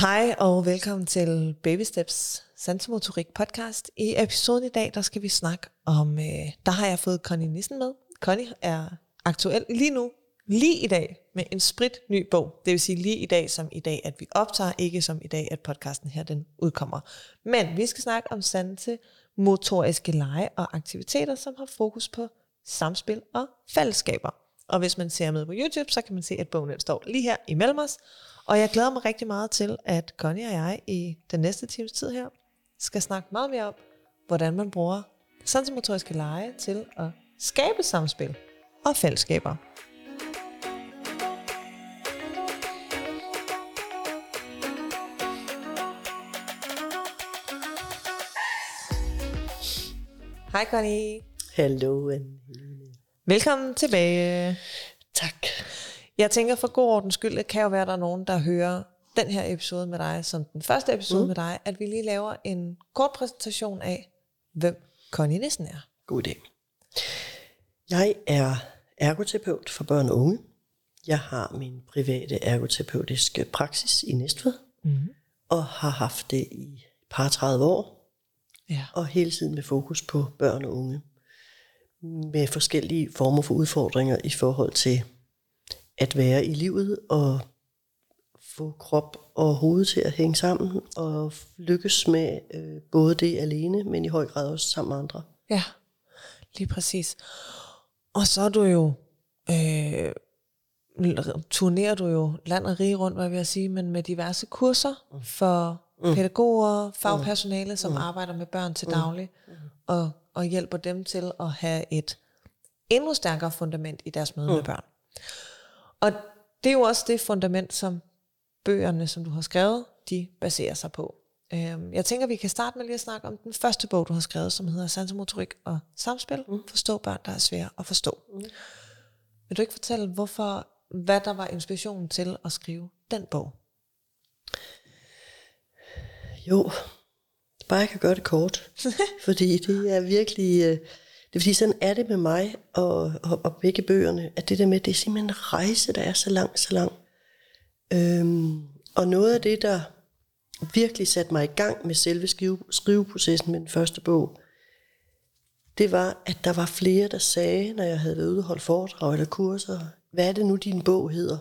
Hej og velkommen til Baby Steps Sansemotorik podcast. I episoden i dag, der skal vi snakke om, der har jeg fået Connie Nissen med. Connie er aktuel lige i dag, med en sprit ny bog. Det vil sige lige i dag, som i dag, at vi optager, ikke som i dag, at podcasten her, den udkommer. Men vi skal snakke om sansemotoriske lege og aktiviteter, som har fokus på samspil og fællesskaber. Og hvis man ser med på YouTube, så kan man se, at bogen står lige her imellem os. Og jeg glæder mig rigtig meget til, at Connie og jeg i den næste times tid her skal snakke meget mere om, hvordan man bruger sansemotoriske lege til at skabe samspil og fællesskaber. Hej Connie. Hallo Anne. Velkommen tilbage. Tak. Jeg tænker for god ordens skyld, det kan jo være, der er nogen, der hører den her episode med dig, som den første episode med dig, at vi lige laver en kort præsentation af, hvem Connie Nissen er. God idé. Jeg er ergoterapeut for børn og unge. Jeg har min private ergoterapeutiske praksis i Næstved, og har haft det i et par 30 år, og hele tiden med fokus på børn og unge, med forskellige former for udfordringer i forhold til at være i livet og få krop og hoved til at hænge sammen og lykkes med både det alene, men i høj grad også sammen med andre. Ja, lige præcis. Og så er du jo, turnerer du jo land og rige rundt, hvad vil jeg sige, men med diverse kurser for pædagoger, fagpersonale, som arbejder med børn til daglig, og hjælper dem til at have et endnu stærkere fundament i deres møde med børn. Og det er jo også det fundament, som bøgerne, som du har skrevet, de baserer sig på. Jeg tænker, vi kan starte med lige at snakke om den første bog, du har skrevet, som hedder Sansemotorik og Samspil. Forstå børn, der er svære at forstå. Vil du ikke fortælle, hvad der var inspirationen til at skrive den bog? Jo, bare jeg kan gøre det kort. Fordi det er virkelig... Det er fordi, sådan er det med mig og begge bøgerne, at det der med, det er simpelthen en rejse, der er så lang. Og noget af det, der virkelig satte mig i gang med selve skriveprocessen med den første bog, det var, at der var flere, der sagde, når jeg havde været ude og holde foredrag eller kurser, hvad er det nu, din bog hedder?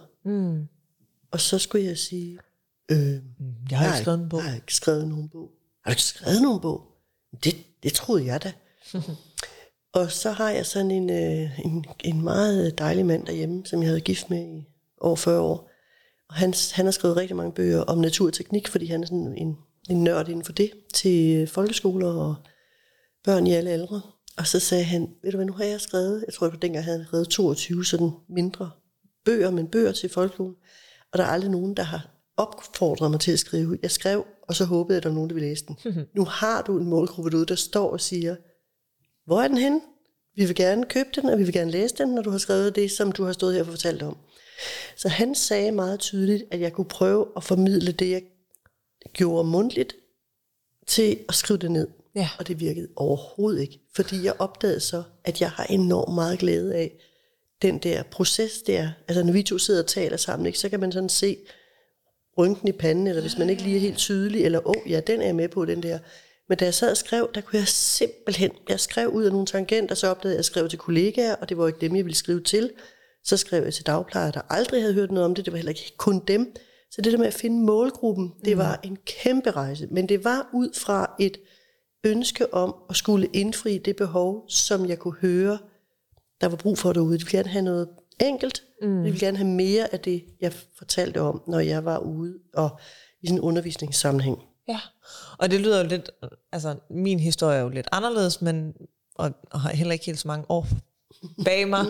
Og så skulle jeg sige, jeg har ikke skrevet en bog. Jeg har ikke skrevet nogen bog. Har du ikke skrevet nogen bog? Det troede jeg da. Og så har jeg sådan en meget dejlig mand derhjemme, som jeg havde gift med i over 40 år. Og han har skrevet rigtig mange bøger om natur og teknik, fordi han er sådan en nørd inden for det, til folkeskoler og børn i alle aldre. Og så sagde han, ved du hvad, nu har jeg skrevet, jeg tror på dengang havde han skrevet 22 sådan mindre bøger, men bøger til folkeskolen. Og der er aldrig nogen, der har opfordret mig til at skrive. Jeg skrev, og så håbede jeg, at der var nogen, der ville læse den. Nu har du en målgruppe derude, der står og siger, hvor er den henne? Vi vil gerne købe den, og vi vil gerne læse den, når du har skrevet det, som du har stået her og fortalt om. Så han sagde meget tydeligt, at jeg kunne prøve at formidle det, jeg gjorde mundtligt, til at skrive det ned. Ja. Og det virkede overhovedet ikke. Fordi jeg opdagede så, at jeg har enormt meget glæde af den der proces der. Altså når vi to sidder og taler sammen, ikke, så kan man sådan se rynken i panden, eller hvis man ikke lige er helt tydelig, eller ja, den er jeg med på, den der. Men da jeg sad og skrev, der kunne jeg simpelthen, jeg skrev ud af nogle tangenter, så opdagede jeg, at jeg skrev til kollegaer, og det var ikke dem, jeg ville skrive til. Så skrev jeg til dagplejere, der aldrig havde hørt noget om det, det var heller ikke kun dem. Så det der med at finde målgruppen, det var en kæmpe rejse. Men det var ud fra et ønske om at skulle indfri det behov, som jeg kunne høre, der var brug for derude. Jeg ville gerne have noget enkelt, jeg ville gerne have mere af det, jeg fortalte om, når jeg var ude og i sådan en undervisningssammenhæng. Ja, og det lyder jo lidt, altså min historie er jo lidt anderledes, men og har heller ikke helt så mange år bag mig.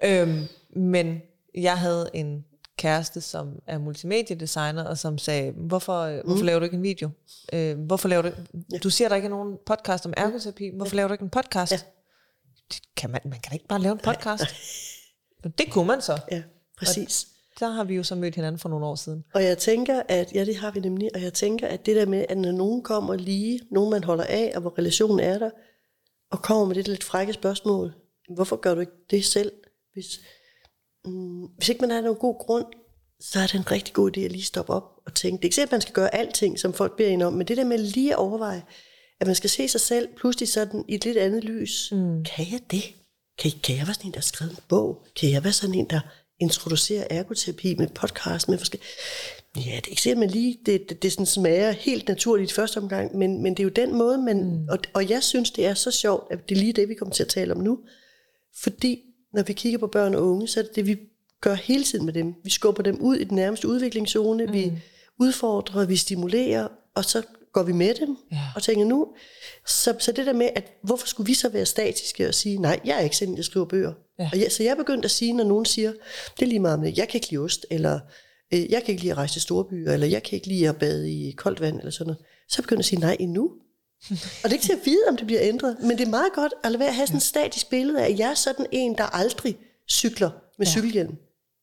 Men jeg havde en kæreste, som er multimediedesigner, og som sagde, hvorfor laver du ikke en video? Hvorfor laver du... Du siger, der ikke er nogen podcast om ergoterapi. Hvorfor laver du ikke en podcast? Ja. Man kan da ikke bare lave en podcast. Det kunne man så. Ja, præcis. Og der har vi jo så mødt hinanden for nogle år siden. Og jeg tænker, at ja, det har vi nemlig, og jeg tænker, at det der med, at når nogen kommer lige, nogen man holder af, og hvor relationen er der, og kommer med det lidt frække spørgsmål, hvorfor gør du ikke det selv? Hvis ikke man har nogen god grund, så er det en rigtig god idé at lige stoppe op og tænke. Det er ikke sikkert, at man skal gøre alting, som folk beder en om, men det der med lige at overveje, at man skal se sig selv pludselig sådan i et lidt andet lys. Kan jeg det? Kan jeg være sådan en, der har skrevet en bog? Kan jeg være sådan en, der introducerer ergoterapi med podcast med forskellige... Ja, det er ikke sikkert, at man lige det sådan smager helt naturligt i første omgang, men det er jo den måde, man... Og jeg synes, det er så sjovt, at det er lige det, vi kommer til at tale om nu. Fordi når vi kigger på børn og unge, så er det det, vi gør hele tiden med dem. Vi skubber dem ud i den nærmeste udviklingszone, vi udfordrer, vi stimulerer, og så går vi med dem og tænker nu. Så det der med, at hvorfor skulle vi så være statiske og sige, nej, jeg er ikke sådan, jeg skriver bøger. Ja. Så jeg er begyndt at sige, når nogen siger, det er lige meget med, jeg kan ikke lide ost, eller jeg kan ikke lide at rejse til store byer, eller jeg kan ikke lide at bade i koldt vand, eller sådan noget. Så er jeg begyndt at sige, nej, endnu. Og det er ikke til at vide, om det bliver ændret, men det er meget godt at lade være at have sådan et statisk billede af, at jeg er sådan en, der aldrig cykler med cykelhjelm.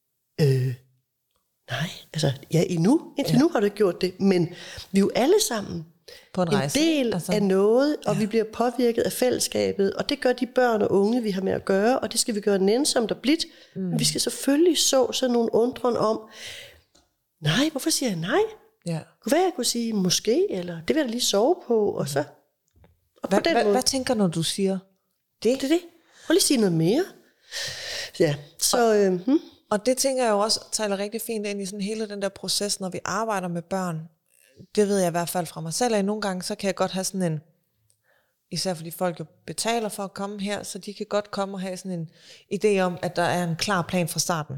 Nej, altså, ja, indtil nu har du ikke gjort det, men vi er jo alle sammen på en rejse, del af noget, og vi bliver påvirket af fællesskabet, og det gør de børn og unge, vi har med at gøre, og det skal vi gøre nænsomt og blidt, men vi skal selvfølgelig så sådan nogle undren om, nej, hvorfor siger jeg nej? Ja. Kunne være, jeg kunne sige måske, eller det vil jeg da lige sove på, og så... Og på den måde. Hvad tænker når du siger det? Det. Prøv lige at sige noget mere. Ja, så... Og det tænker jeg jo også taler rigtig fint ind i sådan hele den der proces, når vi arbejder med børn. Det ved jeg i hvert fald fra mig selv, at nogle gange, så kan jeg godt have sådan en, især fordi folk jo betaler for at komme her, så de kan godt komme og have sådan en idé om, at der er en klar plan fra starten.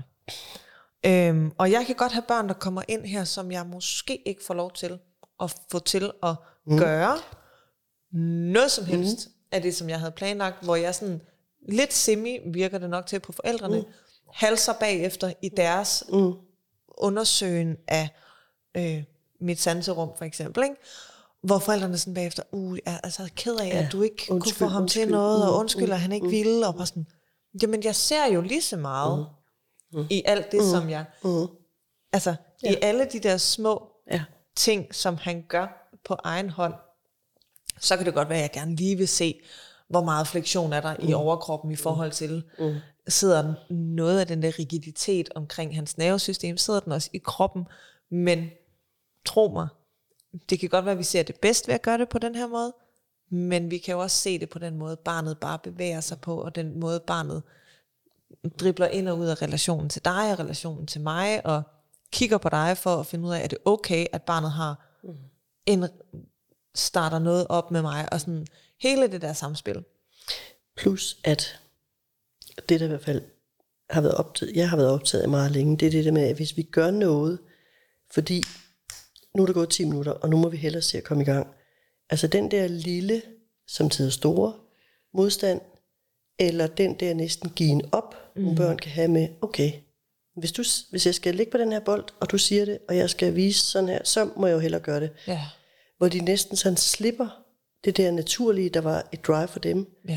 Og jeg kan godt have børn, der kommer ind her, som jeg måske ikke får lov til at få til at gøre noget som helst af det, som jeg havde planlagt, hvor jeg sådan lidt semi virker det nok til på forældrene, halser bagefter i deres undersøgen af mit sanserum for eksempel, ikke? Hvor forældrene sådan bagefter, jeg er altså ked af, at du ikke kunne få ham til noget, og undskylder, at han ikke ville, og bare sådan, jamen jeg ser jo lige så meget i alt det, som jeg, altså i alle de der små ting, som han gør på egen hånd, så kan det godt være, at jeg gerne lige vil se, hvor meget fleksion er der i overkroppen i forhold til, sidder noget af den der rigiditet omkring hans nervesystem, sidder den også i kroppen, men tro mig, det kan godt være, at vi ser det bedst ved at gøre det på den her måde, men vi kan jo også se det på den måde, barnet bare bevæger sig på, og den måde, barnet dribler ind og ud af relationen til dig, og relationen til mig, og kigger på dig for at finde ud af, er det okay, at barnet har starter noget op med mig, og sådan hele det der samspil. Plus at det der i hvert fald har været optaget, jeg har været optaget af meget længe, det er det der med, at hvis vi gør noget, fordi nu er der gået 10 minutter, og nu må vi hellere se at komme i gang. Altså den der lille, som hedder store, modstand, eller den der næsten given op, børn kan have med, okay, hvis jeg skal ligge på den her bold, og du siger det, og jeg skal vise sådan her, så må jeg jo hellere gøre det. Ja. Hvor de næsten sådan slipper det der naturlige, der var et drive for dem. Ja.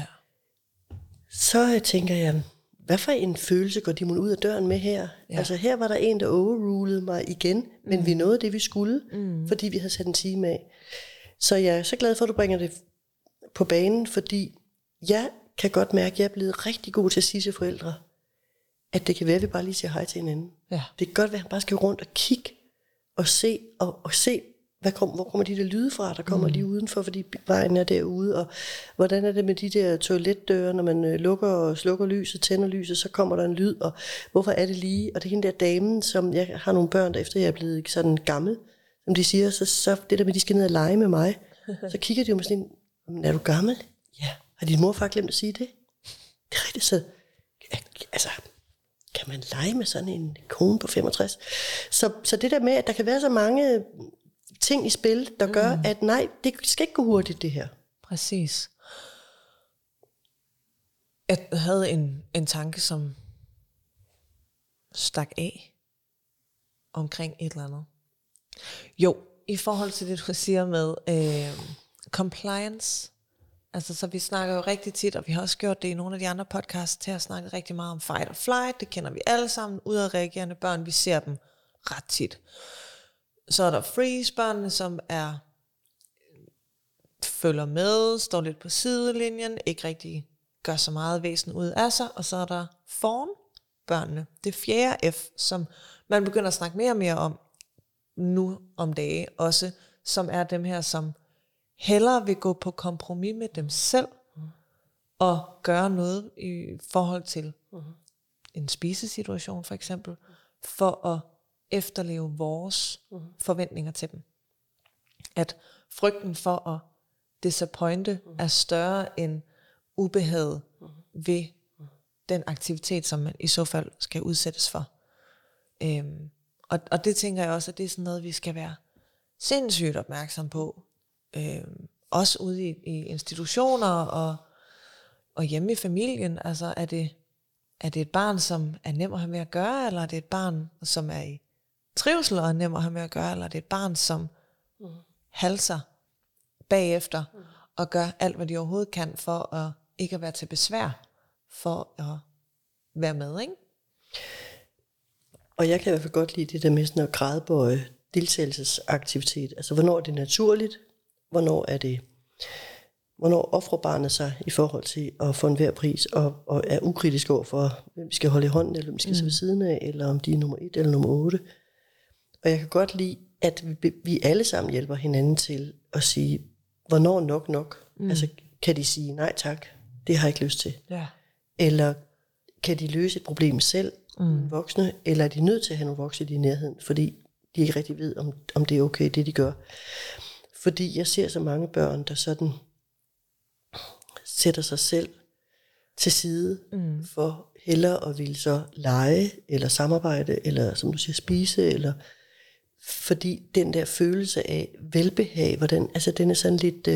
Så tænker jeg, hvad for en følelse går de ud af døren med her? Ja. Altså her var der en, der overrulede mig igen, men vi nåede det, vi skulle, fordi vi havde sat en time af. Så jeg er så glad for, at du bringer det på banen, fordi jeg kan godt mærke, at jeg er blevet rigtig god til at sige til forældre, at det kan være, at vi bare lige siger hej til hinanden. Ja. Det kan godt være, at man bare skal rundt og kigge og se, og se, hvor kommer de der lyde fra, der kommer lige udenfor, fordi vejen er derude, og hvordan er det med de der toiletdøre, når man lukker og slukker lyset, tænder lyset, så kommer der en lyd, og hvorfor er det lige, og det er hende der damen, som jeg har nogle børn, der efter jeg er blevet sådan gammel, som de siger, så det der med, de skal ned og lege med mig, så kigger de jo med sådan en, er du gammel? Ja. Har din morfar glemt at sige det? Det er rigtigt, så altså, kan man lege med sådan en kone på 65? Så det der med, at der kan være så mange ting i spil, der gør, at nej, det skal ikke gå hurtigt, det her. Præcis. Jeg havde en tanke, som stak af omkring et eller andet. Jo, i forhold til det, du siger med compliance. Altså, så vi snakker jo rigtig tit, og vi har også gjort det i nogle af de andre podcasts, til at snakke rigtig meget om fight or flight. Det kender vi alle sammen. Udadreagerende børn, vi ser dem ret tit. Så er der freeze-børnene, som følger med, står lidt på sidelinjen, ikke rigtig gør så meget væsen ud af sig. Og så er der fawn, børnene. Det fjerde F, som man begynder at snakke mere og mere om nu om dage, også som er dem her, som hellere vil gå på kompromis med dem selv, og gøre noget i forhold til en spisesituation for eksempel, for at efterleve vores forventninger til dem. At frygten for at disappointe er større end ubehaget ved den aktivitet, som man i så fald skal udsættes for. Og det tænker jeg også, at det er sådan noget, vi skal være sindssygt opmærksom på. Også ude i institutioner og hjemme i familien. Altså er det et barn, som er nem at have med at gøre, eller er det et barn, som er i trivsel og er nem at have med at gøre, eller er det et barn, som halser bagefter og gør alt, hvad de overhovedet kan, for at ikke at være til besvær, for at være med, ikke? Og jeg kan i hvert fald godt lide det der med sådan at gradbøje deltagelsesaktivitet. Altså hvornår er det naturligt, hvornår offrer barnet sig i forhold til at få enhver pris, og er ukritisk over for, hvem vi skal holde i hånden, eller hvem vi skal sidde ved siden af, eller om de er nummer 1 eller nummer 8. Og jeg kan godt lide, at vi alle sammen hjælper hinanden til at sige, hvornår nok. Altså kan de sige, nej tak, det har jeg ikke lyst til. Ja. Eller kan de løse et problem selv, voksne, eller er de nødt til at have nogle voksne i nærheden, fordi de ikke rigtig ved, om det er okay, det de gør. Fordi jeg ser så mange børn, der sådan sætter sig selv til side for hellere at ville så lege, eller samarbejde, eller som du siger, spise, eller fordi den der følelse af velbehag, hvordan, altså den er sådan lidt,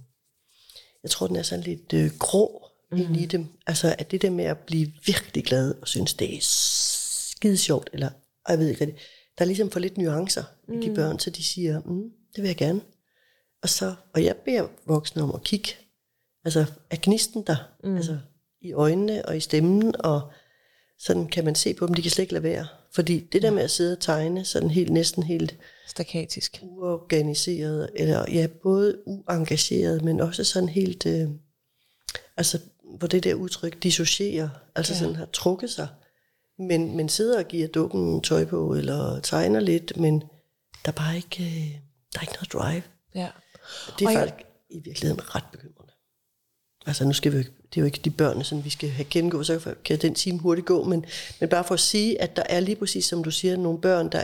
jeg tror den er sådan lidt grå ind i dem. Altså at det der med at blive virkelig glad, og synes det er skide sjovt, eller jeg ved ikke rigtig, der er ligesom for lidt nuancer i de børn, så de siger, det vil jeg gerne. Og jeg beder voksne om at kigge, altså er gnisten der, altså i øjnene og i stemmen, og sådan kan man se på dem, de kan slet ikke lade være. Fordi det der med at sidde og tegne, sådan næsten helt stakkatisk, uorganiseret, eller ja, både uengageret, men også sådan helt, altså hvor det der udtryk dissocierer, altså sådan har trukket sig, men sidder og giver dukken tøj på, eller tegner lidt, men der er bare ikke, der er ikke noget drive. Ja. Det er faktisk i virkeligheden ret bekymrende. Altså nu skal vi, det er jo ikke de børn, som vi skal have gennemgået, så kan den time hurtigt gå, men bare for at sige, at der er lige præcis, som du siger, nogle børn, der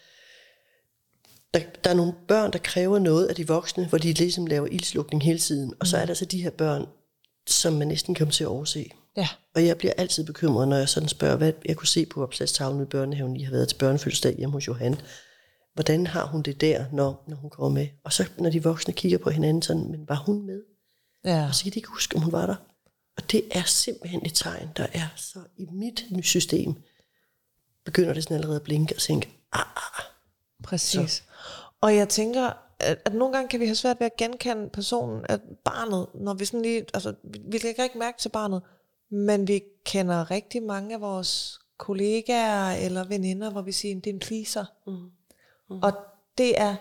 er nogle børn, der kræver noget af de voksne, hvor de ligesom laver ildslukning hele tiden, og så er der så de her børn, som man næsten kommer til at overse. Ja. Og jeg bliver altid bekymret, når jeg sådan spørger, hvad jeg kunne se på opslagstavlen i børnehaven, I har været til børnefødselsdag hjemme hos Johan. Hvordan har hun det der, når hun kommer med? Og så når de voksne kigger på hinanden sådan, men var hun med? Ja. Og så kan de ikke huske, om hun var der. Og det er simpelthen et tegn, der er så i mit system, begynder det sådan allerede at blinke og tænke, Præcis. Så. Og jeg tænker, at nogle gange kan vi have svært ved at genkende personen, at barnet, når vi sådan lige, altså vi lægger ikke mærke til barnet, men vi kender rigtig mange af vores kollegaer eller veninder, hvor vi siger, det er en pleaser. Og det er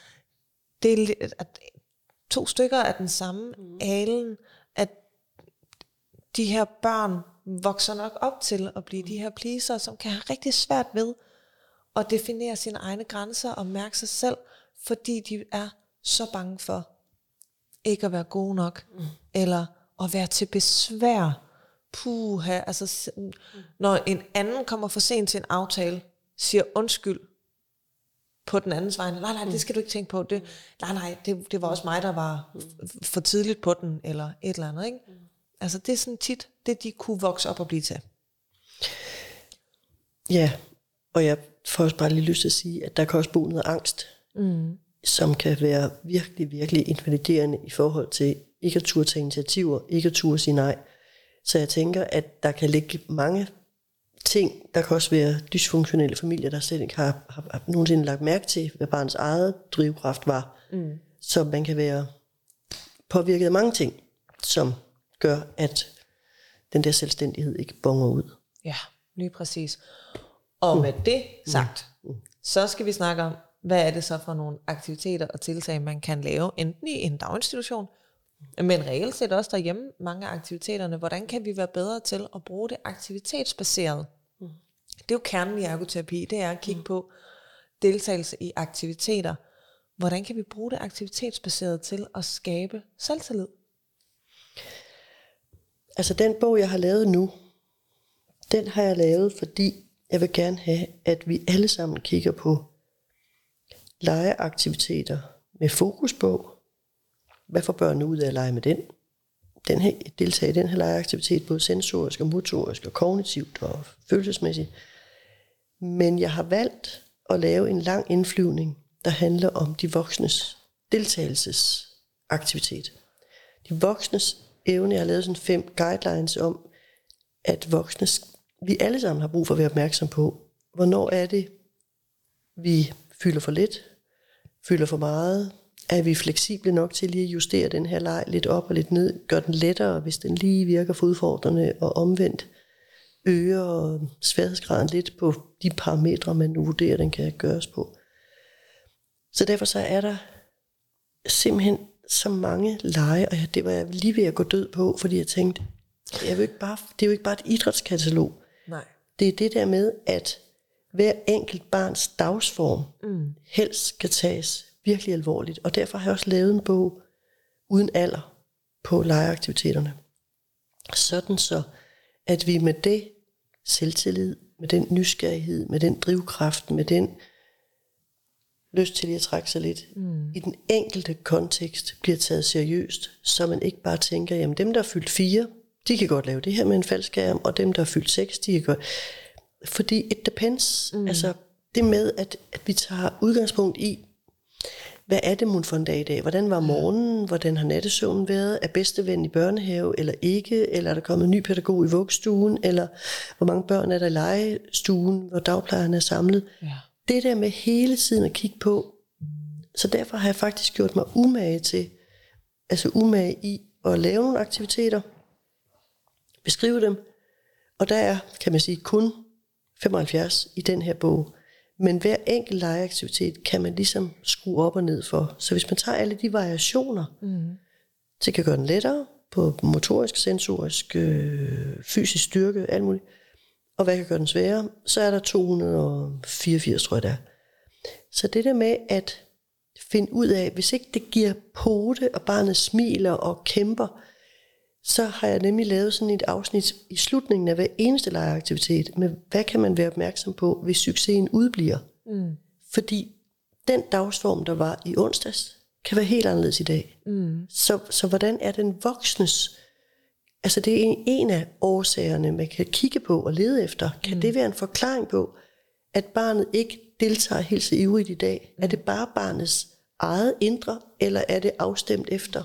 at 2 stykker af den samme alen, at de her børn vokser nok op til at blive de her pleaser, som kan have rigtig svært ved at definere sine egne grænser og mærke sig selv, fordi de er så bange for ikke at være gode nok, eller at være til besvær. Puha, altså når en anden kommer for sent til en aftale, siger undskyld på den andens vegne, nej, det skal du ikke tænke på, det var også mig, der var for tidligt på den, eller et eller andet, ikke? Altså det er sådan tit, det de kunne vokse op og blive til. Ja, og jeg får også bare lige lyst til at sige, at der kan også bo noget angst, som kan være virkelig, virkelig invaliderende i forhold til ikke at turde tage initiativer, ikke at turde sige nej. Så jeg tænker, at der kan ligge mange ting, der kan også være dysfunktionelle familier, der slet ikke har nogensinde lagt mærke til, hvad barnets eget drivkraft var. Så man kan være påvirket af mange ting, som gør, at den der selvstændighed ikke bonger ud. Ja, lige præcis. Og med det sagt, så skal vi snakke om, hvad er det så for nogle aktiviteter og tiltag, man kan lave, enten i en daginstitution, men reelt set også derhjemme, mange af aktiviteterne. Hvordan kan vi være bedre til at bruge det aktivitetsbaseret Det er jo kernen i ergoterapi, det er at kigge på deltagelse i aktiviteter. Hvordan kan vi bruge det aktivitetsbaseret til at skabe selvtillid? Altså den bog, jeg har lavet nu, den har jeg lavet, fordi jeg vil gerne have, at vi alle sammen kigger på legeaktiviteter med fokus på, hvad får børnene ud af at lege med den her, deltage i den her legeaktivitet, både sensorisk og motorisk og kognitivt og følelsesmæssigt. Men jeg har valgt at lave en lang indflyvning, der handler om de voksnes deltagelsesaktivitet. De voksnes evne, jeg har lavet sådan 5 guidelines om, at voksnes, vi alle sammen har brug for at være opmærksom på, hvornår er det, vi fylder for lidt, fylder for meget, er vi fleksible nok til lige at justere den her leg lidt op og lidt ned, gør den lettere, hvis den lige virker for udfordrende, og omvendt øger sværhedsgraden lidt på de parametre, man nu vurderer, den kan gøres på. Så derfor så er der simpelthen så mange lege, og det var jeg lige ved at gå død på, fordi jeg tænkte, det er jo ikke bare et idrætskatalog. Nej. Det er det der med, at hver enkelt barns dagsform helst skal tages virkelig alvorligt. Og derfor har jeg også lavet en bog uden alder på legeaktiviteterne. Sådan så, at vi med det selvtillid, med den nysgerrighed, med den drivkraft, med den lyst til at trække sig lidt i den enkelte kontekst bliver taget seriøst, så man ikke bare tænker, jamen dem der er fyldt 4, de kan godt lave det her med en faldskærm, og dem der er fyldt 6, de kan godt. Fordi it depends, altså det med at vi tager udgangspunkt i, hvad er det mon for en dag i dag? Hvordan var morgenen? Hvordan har nattesøvnen været? Er bedsteven i børnehave eller ikke? Eller er der kommet en ny pædagog i vuggestuen? Eller hvor mange børn er der i legestuen, hvor dagplejerne er samlet? Ja. Det der med hele tiden at kigge på. Så derfor har jeg faktisk gjort mig umage i at lave nogle aktiviteter, beskrive dem, og der er, kan man sige, kun 75 i den her bog. Men hver enkelt legeaktivitet kan man ligesom skrue op og ned for. Så hvis man tager alle de variationer, så kan gøre den lettere på motorisk, sensorisk, fysisk styrke, alt muligt. Og hvad kan gøre den sværere? Så er der 284, tror jeg der. Så det der med at finde ud af, hvis ikke det giver pote, og barnet smiler og kæmper, så har jeg nemlig lavet sådan et afsnit i slutningen af hver eneste legeaktivitet, med hvad kan man være opmærksom på, hvis succesen udbliver. Fordi den dagsform, der var i onsdags, kan være helt anderledes i dag. Så hvordan er den voksnes, altså det er en af årsagerne, man kan kigge på og lede efter. Kan det være en forklaring på, at barnet ikke deltager helt så ivrigt i dag? Er det bare barnets eget indre, eller er det afstemt efter,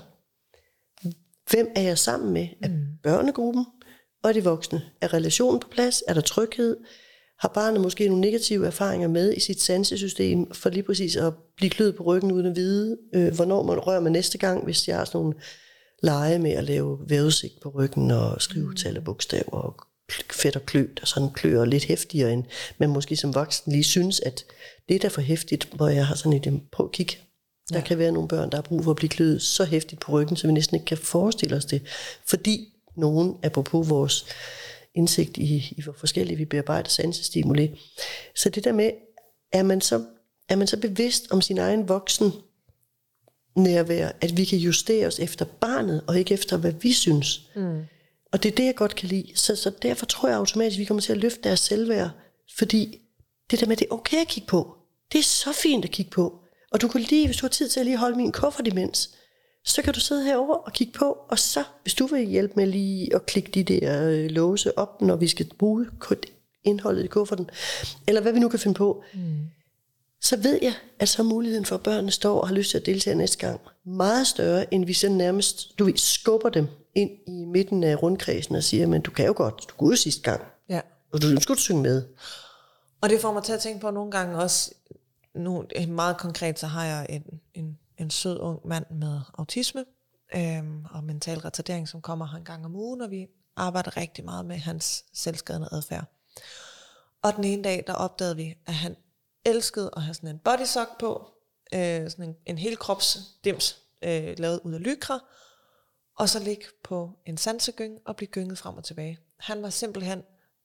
hvem er jeg sammen med? Er børnegruppen og de voksne? Er relationen på plads? Er der tryghed? Har barnet måske nogle negative erfaringer med i sit sansesystem, for lige præcis at blive kløet på ryggen uden at vide, hvornår man rører med næste gang, hvis jeg har sådan nogle lege med at lave vævesigt på ryggen og skrive tal og bogstaver og fedt og kløt, og sådan kløer lidt hæftigere, end man måske som voksen lige synes, at det er da for hæftigt, hvor jeg har sådan et på kig. Der kan være nogle børn, der har brug for at blive kløet så hæftigt på ryggen, så vi næsten ikke kan forestille os det. Fordi nogen, apropos vores indsigt i hvor forskellige vi bearbejder sansestimuli. Så det der med, er man så bevidst om sin egen voksen nærvær, at vi kan justere os efter barnet, og ikke efter, hvad vi synes. Og det er det, jeg godt kan lide. Så derfor tror jeg automatisk, at vi kommer til at løfte deres selvværd, fordi det der med, det er okay at kigge på. Det er så fint at kigge på. Og du kan lige, hvis du har tid til at lige holde min kuffert imens, så kan du sidde herover og kigge på, og så, hvis du vil hjælpe med lige at klikke de der låse op, når vi skal bruge indholdet i kufferten, eller hvad vi nu kan finde på, så ved jeg, at så muligheden for, at børnene står og har lyst til at deltage næste gang, meget større, end vi så nærmest, skubber dem ind i midten af rundkredsen og siger, men du kan jo godt, du kunne jo sidste gang, og du skulle synge med. Og det får mig til at tænke på nogle gange også, nu meget konkret, så har jeg en sød ung mand med autisme og mental retardering, som kommer en gang om ugen, og vi arbejder rigtig meget med hans selvskadende adfærd. Og den ene dag, der opdagede vi, at han elskede at have sådan en bodysock på, sådan en helkropsdims, lavet ud af lykra, og så ligge på en sansegyng og blive gynget frem og tilbage. Han var simpelthen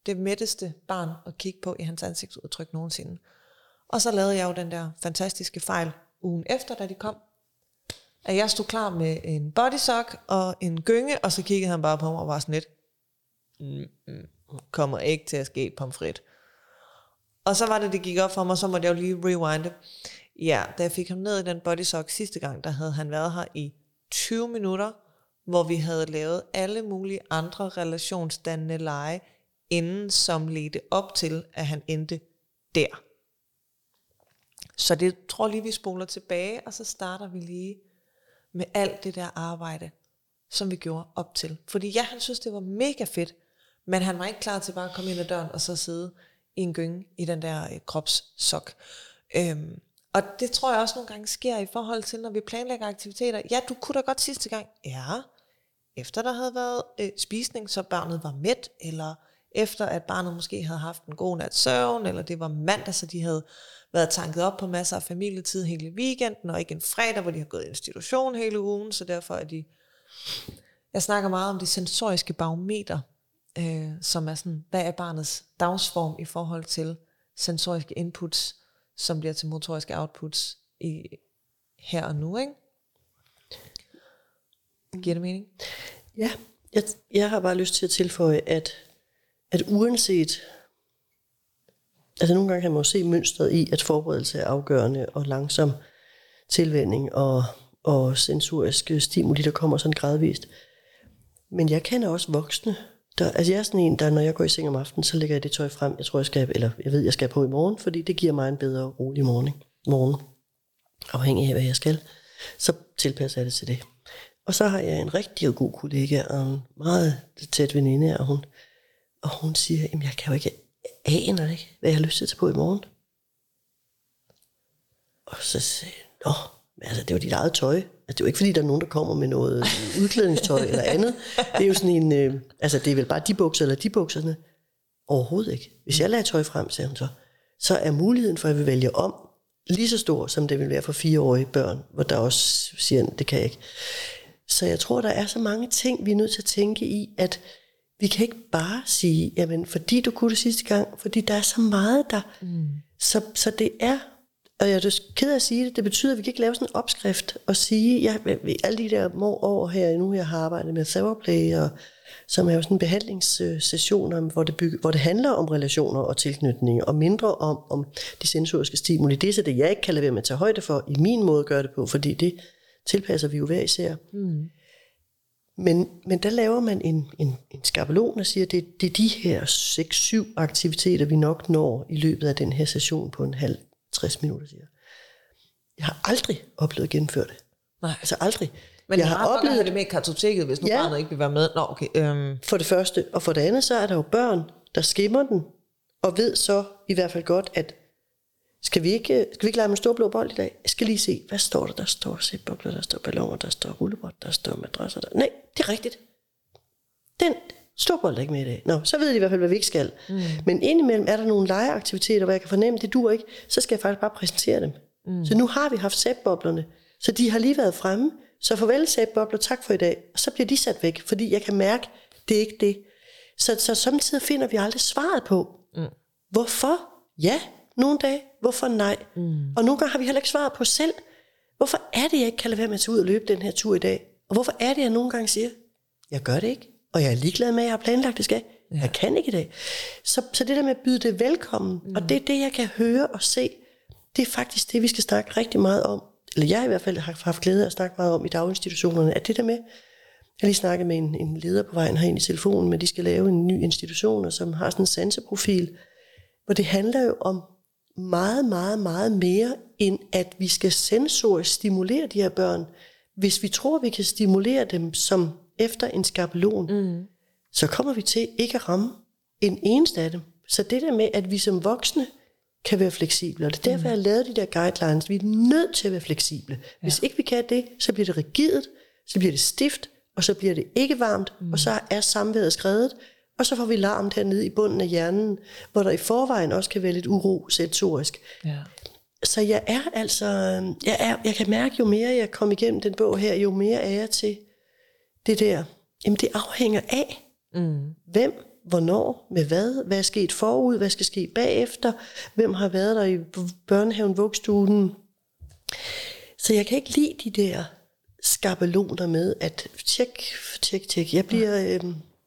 det mætteste barn at kigge på i hans ansigtsudtryk nogensinde. Og så lavede jeg jo den der fantastiske fejl ugen efter, da de kom. At jeg stod klar med en bodysock og en gynge, og så kiggede han bare på mig og var sådan lidt, kommer ikke til at ske pomfrit. Og så var det gik op for mig, så måtte jeg jo lige rewinde. Ja, da jeg fik ham ned i den bodysock sidste gang, der havde han været her i 20 minutter, hvor vi havde lavet alle mulige andre relationsdannende lege, inden som ledte op til, at han endte der. Så det tror lige, vi spoler tilbage, og så starter vi lige med alt det der arbejde, som vi gjorde op til. Fordi ja, han synes, det var mega fedt, men han var ikke klar til bare at komme ind ad døren, og så sidde i en gynge i den der kropssok. Og det tror jeg også nogle gange sker i forhold til, når vi planlægger aktiviteter. Ja, du kunne da godt sidste gang. Ja, efter der havde været spisning, så barnet var mæt, eller efter at barnet måske havde haft en god nat søvn, eller det var mandag, så de havde været tanket op på masser af familietid hele weekenden, og ikke en fredag, hvor de har gået i institution hele ugen, så derfor er de... Jeg snakker meget om det sensoriske barometer, som er sådan, hvad er barnets dagsform i forhold til sensoriske inputs, som bliver til motoriske outputs i her og nu, ikke? Giver det mening? Ja, jeg har bare lyst til at tilføje, at uanset, altså nogle gange kan man jo se mønstret i, at forberedelse er afgørende og langsom tilvænning og sensoriske stimuli, der kommer sådan gradvist. Men jeg kender også voksne, altså jeg er sådan en, der når jeg går i seng om aftenen, så lægger jeg det tøj frem, jeg ved, jeg skal på i morgen, fordi det giver mig en bedre rolig morgen. Afhængig af, hvad jeg skal, så tilpasser jeg det til det. Og så har jeg en rigtig god kollega og en meget tæt veninde, og hun siger, jamen jeg kan jo ikke ane, ikke, hvad jeg har lyst til at tage på i morgen. Og så siger jeg, altså det er jo dit eget tøj. Altså det er jo ikke fordi, der er nogen, der kommer med noget udklædningstøj eller andet. Det er jo sådan en, altså det er vel bare de bukser eller de bukserne. Overhovedet ikke. Hvis jeg lader tøj frem, siger hun så er muligheden for, at jeg vil vælge om, lige så stor, som det vil være for 4-årige børn, hvor der også siger, det kan jeg ikke. Så jeg tror, der er så mange ting, vi er nødt til at tænke i, at vi kan ikke bare sige, jamen fordi du kunne det sidste gang, fordi der er så meget der. Så det er, og jeg er ked af at sige det, det betyder, at vi kan ikke lave sådan en opskrift og sige, alle de der år her nu, jeg har arbejdet med Theraplay, og som er jo sådan en behandlingssession, hvor det handler om relationer og tilknytning, og mindre om de sensoriske stimuli. Det er så det, jeg ikke kan lade være med at tage højde for, i min måde at gøre det på, fordi det tilpasser vi jo hver især. Men der laver man en skabelon og siger, det er de her 6-7 aktiviteter, vi nok når i løbet af den her session på en halv 60 minutter, siger. Jeg har aldrig oplevet at gennemføre det. Nej. Altså aldrig. Men jeg har oplevet det med i kartoteket, hvis nu barnet ikke vil være med. Nå, okay. For det første, og for det andet, så er der jo børn, der skimmer den, og ved så i hvert fald godt, at skal vi ikke lege med stor blå bold i dag? Jeg skal lige se, hvad står der? Der står sætbobler, der står balloner, der står rullebånd, der står madrasser. Nej, det er rigtigt. Den stor bold er ikke med i dag. Nå, så ved de i hvert fald, hvad vi ikke skal. Men indimellem er der nogle legeaktiviteter, hvor jeg kan fornemme, det dur ikke. Så skal jeg faktisk bare præsentere dem. Så nu har vi haft sætboblerne, så de har lige været fremme. Så farvel sætbobler, tak for i dag. Og så bliver de sat væk, fordi jeg kan mærke, det er ikke det. Så samtidig finder vi aldrig svaret på, hvorfor ja, nogle dage, hvorfor nej. Og nogle gange har vi heller ikke svaret på selv, hvorfor er det, jeg ikke kan lade være med at tage ud og løbe den her tur i dag? Og hvorfor er det, jeg nogle gange siger, jeg gør det ikke, og jeg er ligeglad med, at jeg har planlagt det skal. Jeg kan ikke i dag. Så det der med at byde det velkommen, og det er det, jeg kan høre og se, det er faktisk det, vi skal snakke rigtig meget om. Eller jeg i hvert fald har haft glæde af at snakke meget om i daginstitutionerne, at det der med, jeg lige snakket med en leder på vejen herind i telefonen, men de skal lave en ny institution, som har sådan en sanseprofil, hvor det handler jo om meget, meget, meget mere, end at vi skal sensorisk stimulere de her børn. Hvis vi tror, vi kan stimulere dem som efter en skabelon, så kommer vi til ikke at ramme en eneste af dem. Så det der med, at vi som voksne kan være fleksible, og det er derfor, jeg har lavet de der guidelines. Vi er nødt til at være fleksible. Hvis ikke vi kan det, så bliver det rigidt, så bliver det stift, og så bliver det ikke varmt, og så er samværet skredet, og så får vi larm dernede i bunden af hjernen, hvor der i forvejen også kan være lidt uro sensorisk. Ja. Så jeg er altså, jeg kan mærke, jo mere jeg kommer igennem den bog her, jo mere er jeg til det der. Jamen det afhænger af, hvem hvornår, med hvad er sket forud, hvad skal ske bagefter, hvem har været der i børnehaven, vuggestuen. Så jeg kan ikke lide de der skabeloner med, at tjek. Jeg bliver...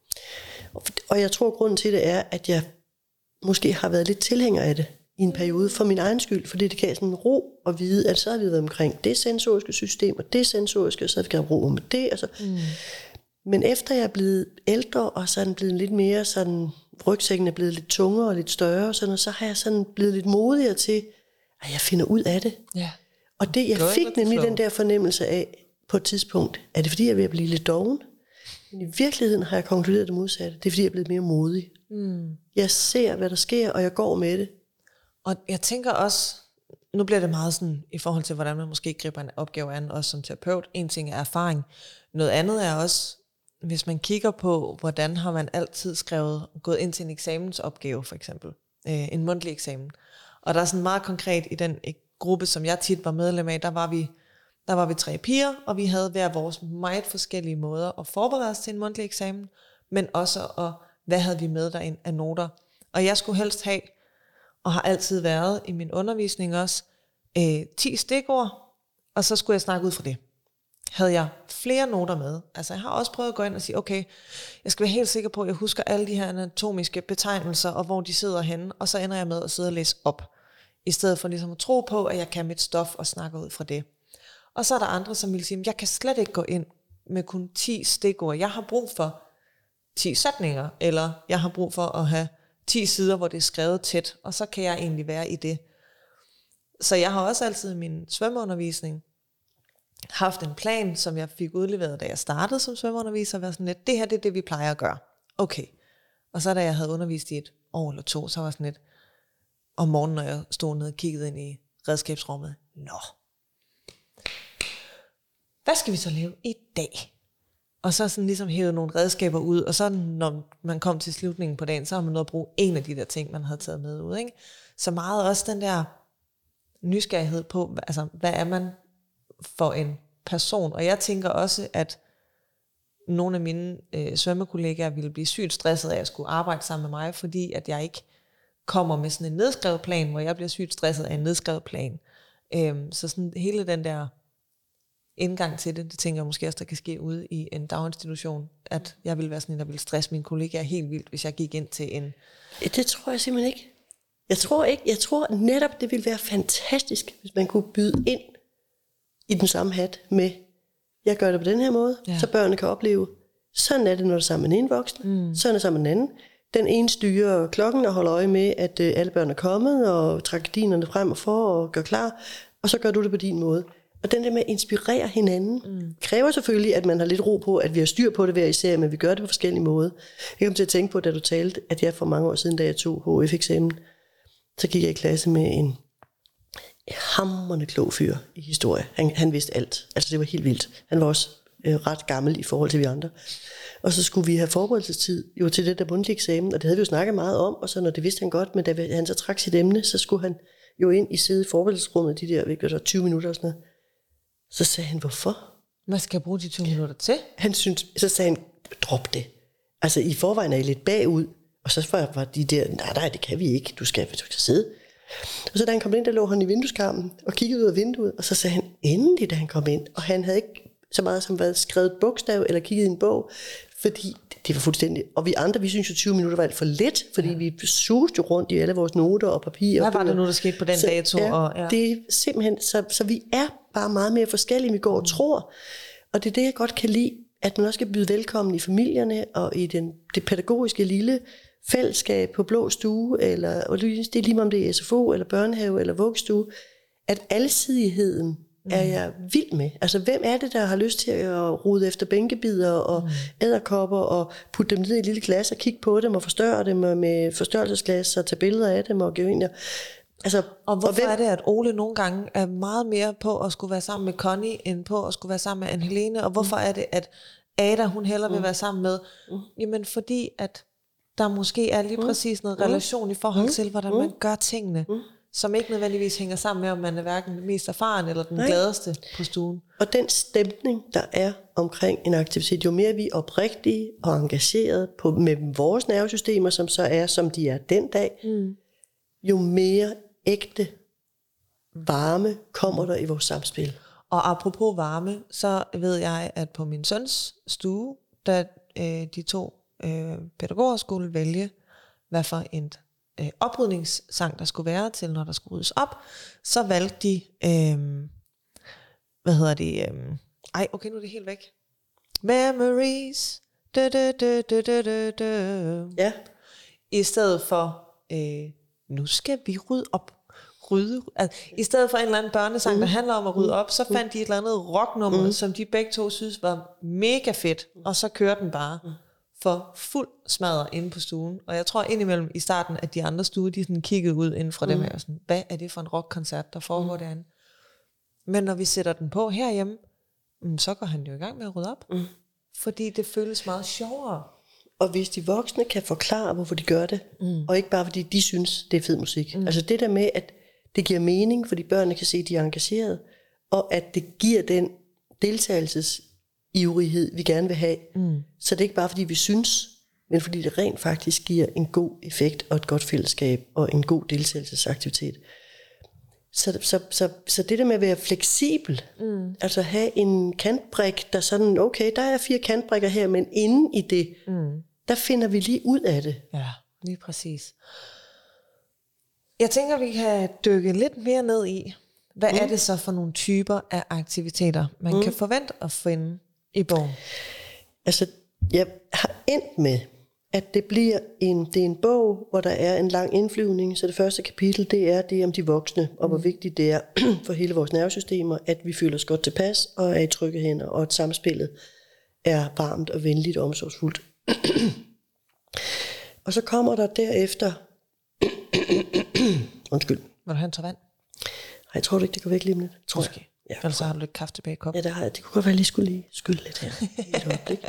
og jeg tror, grunden til det er, at jeg måske har været lidt tilhænger af det i en periode, for min egen skyld, fordi det kan sådan ro at vide, at så har vi været omkring det sensoriske system, og det sensoriske, og så har vi gerne ro med det. Og så. Men efter jeg er blevet ældre, og sådan blevet lidt mere sådan, rygsækken er blevet lidt tungere og lidt større, så har jeg sådan blevet lidt modigere til, at jeg finder ud af det. Ja. Og det, jeg fik nemlig den der fornemmelse af, på et tidspunkt, er det fordi, jeg er ved at blive lidt doven? Men i virkeligheden har jeg konkluderet det modsatte. Det er fordi, jeg er blevet mere modig. Jeg ser, hvad der sker, og jeg går med det. Og jeg tænker også, nu bliver det meget sådan, i forhold til, hvordan man måske griber en opgave an, også som terapeut. En ting er erfaring. Noget andet er også, hvis man kigger på, hvordan har man altid gået ind til en eksamensopgave, for eksempel. En mundtlig eksamen. Og der er sådan meget konkret i den gruppe, som jeg tit var medlem af, der var vi 3 piger, og vi havde hver vores meget forskellige måder at forberede os til en mundtlig eksamen, men også hvad havde vi med derind af noter. Og jeg skulle helst have, og har altid været i min undervisning også, 10 stikord, og så skulle jeg snakke ud fra det. Havde jeg flere noter med, altså jeg har også prøvet at gå ind og sige, okay, jeg skal være helt sikker på, at jeg husker alle de her anatomiske betegnelser, og hvor de sidder henne, og så ender jeg med at sidde og læse op, i stedet for ligesom at tro på, at jeg kan mit stof og snakke ud fra det. Og så er der andre, som vil sige, jeg kan slet ikke gå ind med kun 10 stikord. Jeg har brug for 10 sætninger, eller jeg har brug for at have 10 sider, hvor det er skrevet tæt, og så kan jeg egentlig være i det. Så jeg har også altid i min svømmeundervisning haft en plan, som jeg fik udleveret, da jeg startede som svømmeunderviser, var sådan lidt, det her det er det, vi plejer at gøre. Okay. Og så da jeg havde undervist i 1 år eller 2, så var sådan lidt, om morgenen, når jeg stod ned og kiggede ind i redskabsrummet, hvad skal vi så lave i dag? Og så sådan ligesom hævet nogle redskaber ud, og så når man kom til slutningen på dagen, så har man nået at bruge en af de der ting, man havde taget med ud. Ikke? Så meget også den der nysgerrighed på, altså hvad er man for en person? Og jeg tænker også, at nogle af mine svømmekollegaer ville blive sygt stresset af at skulle arbejde sammen med mig, fordi at jeg ikke kommer med sådan en nedskrevet plan, hvor jeg bliver sygt stresset af en nedskrevet plan. Så sådan hele den der indgang til det tænker jeg måske også, der kan ske ude i en daginstitution, at jeg ville være sådan en, der ville stresse mine kollegaer helt vildt, hvis jeg gik ind til en... Det tror jeg simpelthen ikke. Jeg tror netop, det ville være fantastisk, hvis man kunne byde ind i den samme hat med, jeg gør det på den her måde, så børnene kan opleve, sådan er det, når du er sammen med en voksen, sådan er det sammen med den anden. Den ene styrer klokken og holder øje med, at alle børn er kommet, og trækker gardinerne frem og for, og gør klar, og så gør du det på din måde. Og den der med at inspirere hinanden, kræver selvfølgelig, at man har lidt ro på, at vi har styr på det hver især, men vi gør det på forskellige måder. Jeg kom til at tænke på, da du talte, at jeg for mange år siden, da jeg tog HF-eksamen, så gik jeg i klasse med en hamrende klog fyr i historie. Han vidste alt. Altså det var helt vildt. Han var også ret gammel i forhold til vi andre. Og så skulle vi have forberedelsestid jo til det der mundtlige eksamen, og det havde vi jo snakket meget om, og så når det vidste han godt, men da han så trak sit emne, så skulle han jo ind i sidde i forberedelsesrummet, de der 20 minutter og sådan noget. Så sagde han, hvorfor? Hvad skal jeg bruge de 20 minutter til? Så sagde han, drop det. Altså i forvejen er I lidt bagud, og så var de der, nej, det kan vi ikke, du skal sidde. Og så da han kom ind, der lå han i vindueskarmen og kiggede ud af vinduet, og så sagde han, endelig da han kom ind, og han havde ikke så meget som været skrevet et bogstav eller kigget i en bog, fordi det var fuldstændig, og vi andre, vi synes jo 20 minutter var alt for let, fordi vi suste jo rundt i alle vores noter og papirer. Hvad var det nu, der skete på den dato? Det er simpelthen, så vi er bare meget mere forskellige, vi går og tror, og det er det, jeg godt kan lide, at man også skal byde velkommen i familierne, og i det pædagogiske lille fællesskab på Blå Stue, og det er lige om det er SFO, eller børnehave, eller vuggestue, at alsidigheden er jeg vild med. Altså, hvem er det, der har lyst til at rode efter bænkebider og edderkopper og putte dem ned i et lille glas og kigge på dem og forstørre dem med forstørrelsesglas og tage billeder af dem og give ind. Altså, og hvorfor er det, at Ole nogle gange er meget mere på at skulle være sammen med Connie, end på at skulle være sammen med Anne-Helene? Og hvorfor er det, at Ada, hun hellere vil være sammen med? Jamen, fordi at der måske er lige præcis noget relation i forhold til, hvordan man gør tingene. som ikke nødvendigvis hænger sammen med, om man er hverken den mest erfaren eller den gladeste på stuen. Og den stemning, der er omkring en aktivitet, jo mere vi er oprigtige og engageret med vores nervesystemer, som så er, som de er den dag, jo mere ægte varme kommer der i vores samspil. Og apropos varme, så ved jeg, at på min søns stue, da de to pædagoger skulle vælge, hvad for en oprydningssang der skulle være til, når der skulle ryddes op, så valgte de, okay, nu er det helt væk. Memories, Ja. i stedet for, nu skal vi rydde op. Altså, i stedet for en eller anden børnesang, der handler om at rydde op, så fandt de et eller andet rocknummer, som de begge to synes var mega fedt, og så kørte den bare for fuld smadret inde på stuen. Og jeg tror indimellem i starten, at de andre stuer, de sådan kiggede ud inden fra dem her, og sådan, hvad er det for en rockkoncert, der foregår derinde? Men når vi sætter den på herhjemme, så går han jo i gang med at rydde op, fordi det føles meget sjovere. Og hvis de voksne kan forklare, hvorfor de gør det, og ikke bare fordi de synes, det er fed musik. Altså det der med, at det giver mening, fordi børnene kan se, at de er engageret, og at det giver den deltagelsesivrighed, vi gerne vil have. Så det er ikke bare fordi vi synes, men fordi det rent faktisk giver en god effekt og et godt fællesskab og en god deltagelsesaktivitet. Så det der med at være fleksibel, altså have en kantbrik, der sådan, okay, der er 4 kantbrikker her, men inde i det, der finder vi lige ud af det. Ja, lige præcis. Jeg tænker, vi kan dykke lidt mere ned i, hvad er det så for nogle typer af aktiviteter, man kan forvente at finde i bogen? Altså, jeg har endt med, at det er en bog, hvor der er en lang indflyvning, så det første kapitel, det er det om de voksne, og hvor vigtigt det er for hele vores nervesystemer, at vi føler os godt tilpas, og er i trygge hænder, og at samspillet er varmt og venligt og omsorgsfuldt. Og så kommer der derefter, undskyld. Vil du have en tår vand? Jeg tror ikke, det går væk lige om lidt. Måske. Ja, ellers så har du lidt kaffe tilbage i koppen. Ja, det har jeg. Det kunne godt være, at jeg lige skulle lige skylle lidt her. Et øjeblik.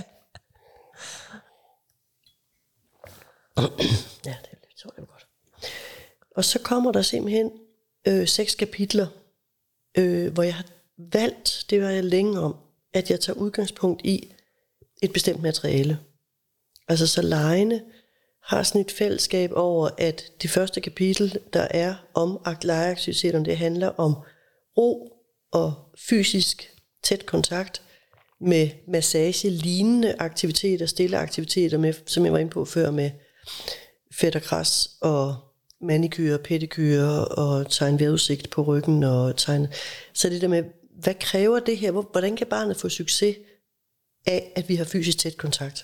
Ja, det tror jeg godt. Og så kommer der simpelthen 6 kapitler, hvor jeg har valgt, det var jeg længe om, at jeg tager udgangspunkt i et bestemt materiale. Altså så legene har sådan et fællesskab over, at det første kapitel, der er om legeaktiviteterne, det handler om ro og fysisk tæt kontakt med massage-lignende aktiviteter, stille aktiviteter, med, som jeg var inde på før, med fættergræs og manikyre, pedikyre og tegne vejrudsigt på ryggen og tegne. Så det der med, hvad kræver det her? Hvordan kan barnet få succes af, at vi har fysisk tæt kontakt?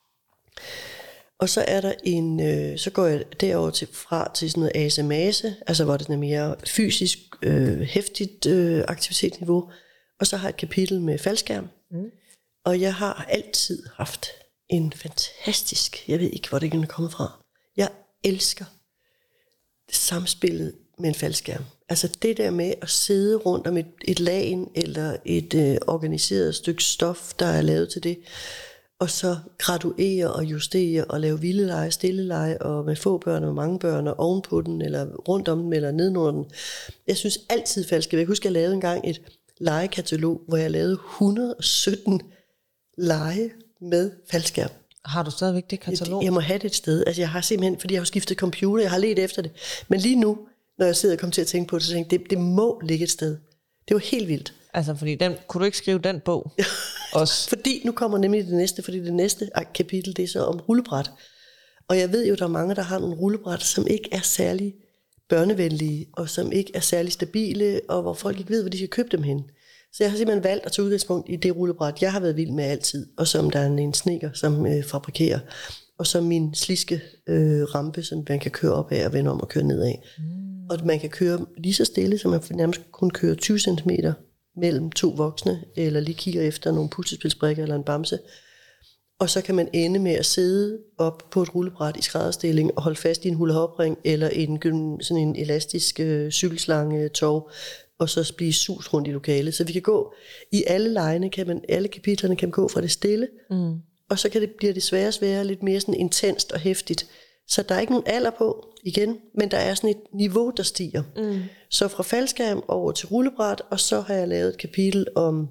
Og så er der så går jeg derover til sådan noget asemase, altså hvor det er mere fysisk, hæftigt aktivitetsniveau. Og så har jeg et kapitel med faldskærm. Og jeg har altid haft en fantastisk, jeg ved ikke, hvor det er kommet fra. Jeg elsker samspillet med en faldskærm. Altså det der med at sidde rundt om et lagen eller et organiseret stykke stof, der er lavet til det, og så graduere og justere og lave vilde lege, stille lege, og med få børn og med mange børn, og ovenpå den, eller rundt om den, eller nedenunder den. Jeg synes altid faldskærm. Jeg husker, jeg lavede engang et legekatalog, hvor jeg lavede 117 lege med faldskærm. Har du stadigvæk det katalog? Jeg må have det et sted. Altså jeg har simpelthen, fordi jeg har skiftet computer, jeg har let efter det. Men lige nu, når jeg sidder og kommer til at tænke på det, så tænker jeg, det må ligge et sted. Det var helt vildt. Altså, fordi kunne du ikke skrive den bog også? Fordi nu kommer nemlig det næste, fordi det næste kapitel, det er så om rullebræt. Og jeg ved jo, der er mange, der har nogle rullebræt, som ikke er særlig børnevenlige, og som ikke er særlig stabile, og hvor folk ikke ved, hvor de skal købe dem hen. Så jeg har simpelthen valgt at tage udgangspunkt i det rullebræt, jeg har været vild med altid, og som der er en snedker, som fabrikerer, og som min sliske rampe, som man kan køre op af og vende om og køre ned af. Og man kan køre lige så stille, som man nærmest kun kører 20 cm mellem 2 voksne, eller lige kigger efter nogle puslespilsbrikker eller en bamse. Og så kan man ende med at sidde op på et rullebræt i skrædderstilling og holde fast i en hula-hoop-ring eller sådan en elastisk cykelslange tov, og så blive sus rundt i lokalet. Så vi kan gå i alle legene, alle kapitlerne kan man gå fra det stille, og så bliver det sværere og sværere, lidt mere sådan intenst og hæftigt, Så der er ikke nogen alder på igen, men der er sådan et niveau, der stiger. Så fra faldskærm over til rullebræt, og så har jeg lavet et kapitel om...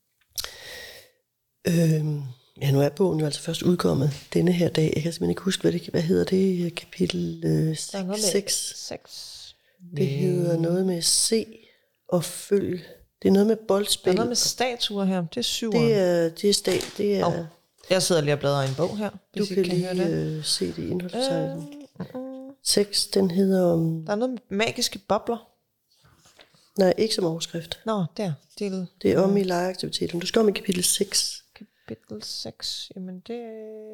nu er bogen jo altså først udkommet denne her dag. Jeg kan simpelthen ikke huske, hvad hedder det? Kapitel 6. Det hedder noget med se og følg. Det er noget med boldspil. Der er noget med statuer her. Det er 7. Det er jeg sidder lige og bladrer i en bog her. Du kan lige se det i indholdsbetegnelsen. 6, den hedder om... Der er noget med magiske bobler. Nej, ikke som overskrift. Nå, der. Det er om i legeaktiviteten. Du skal om i kapitel 6. Kapitel 6. Jamen det...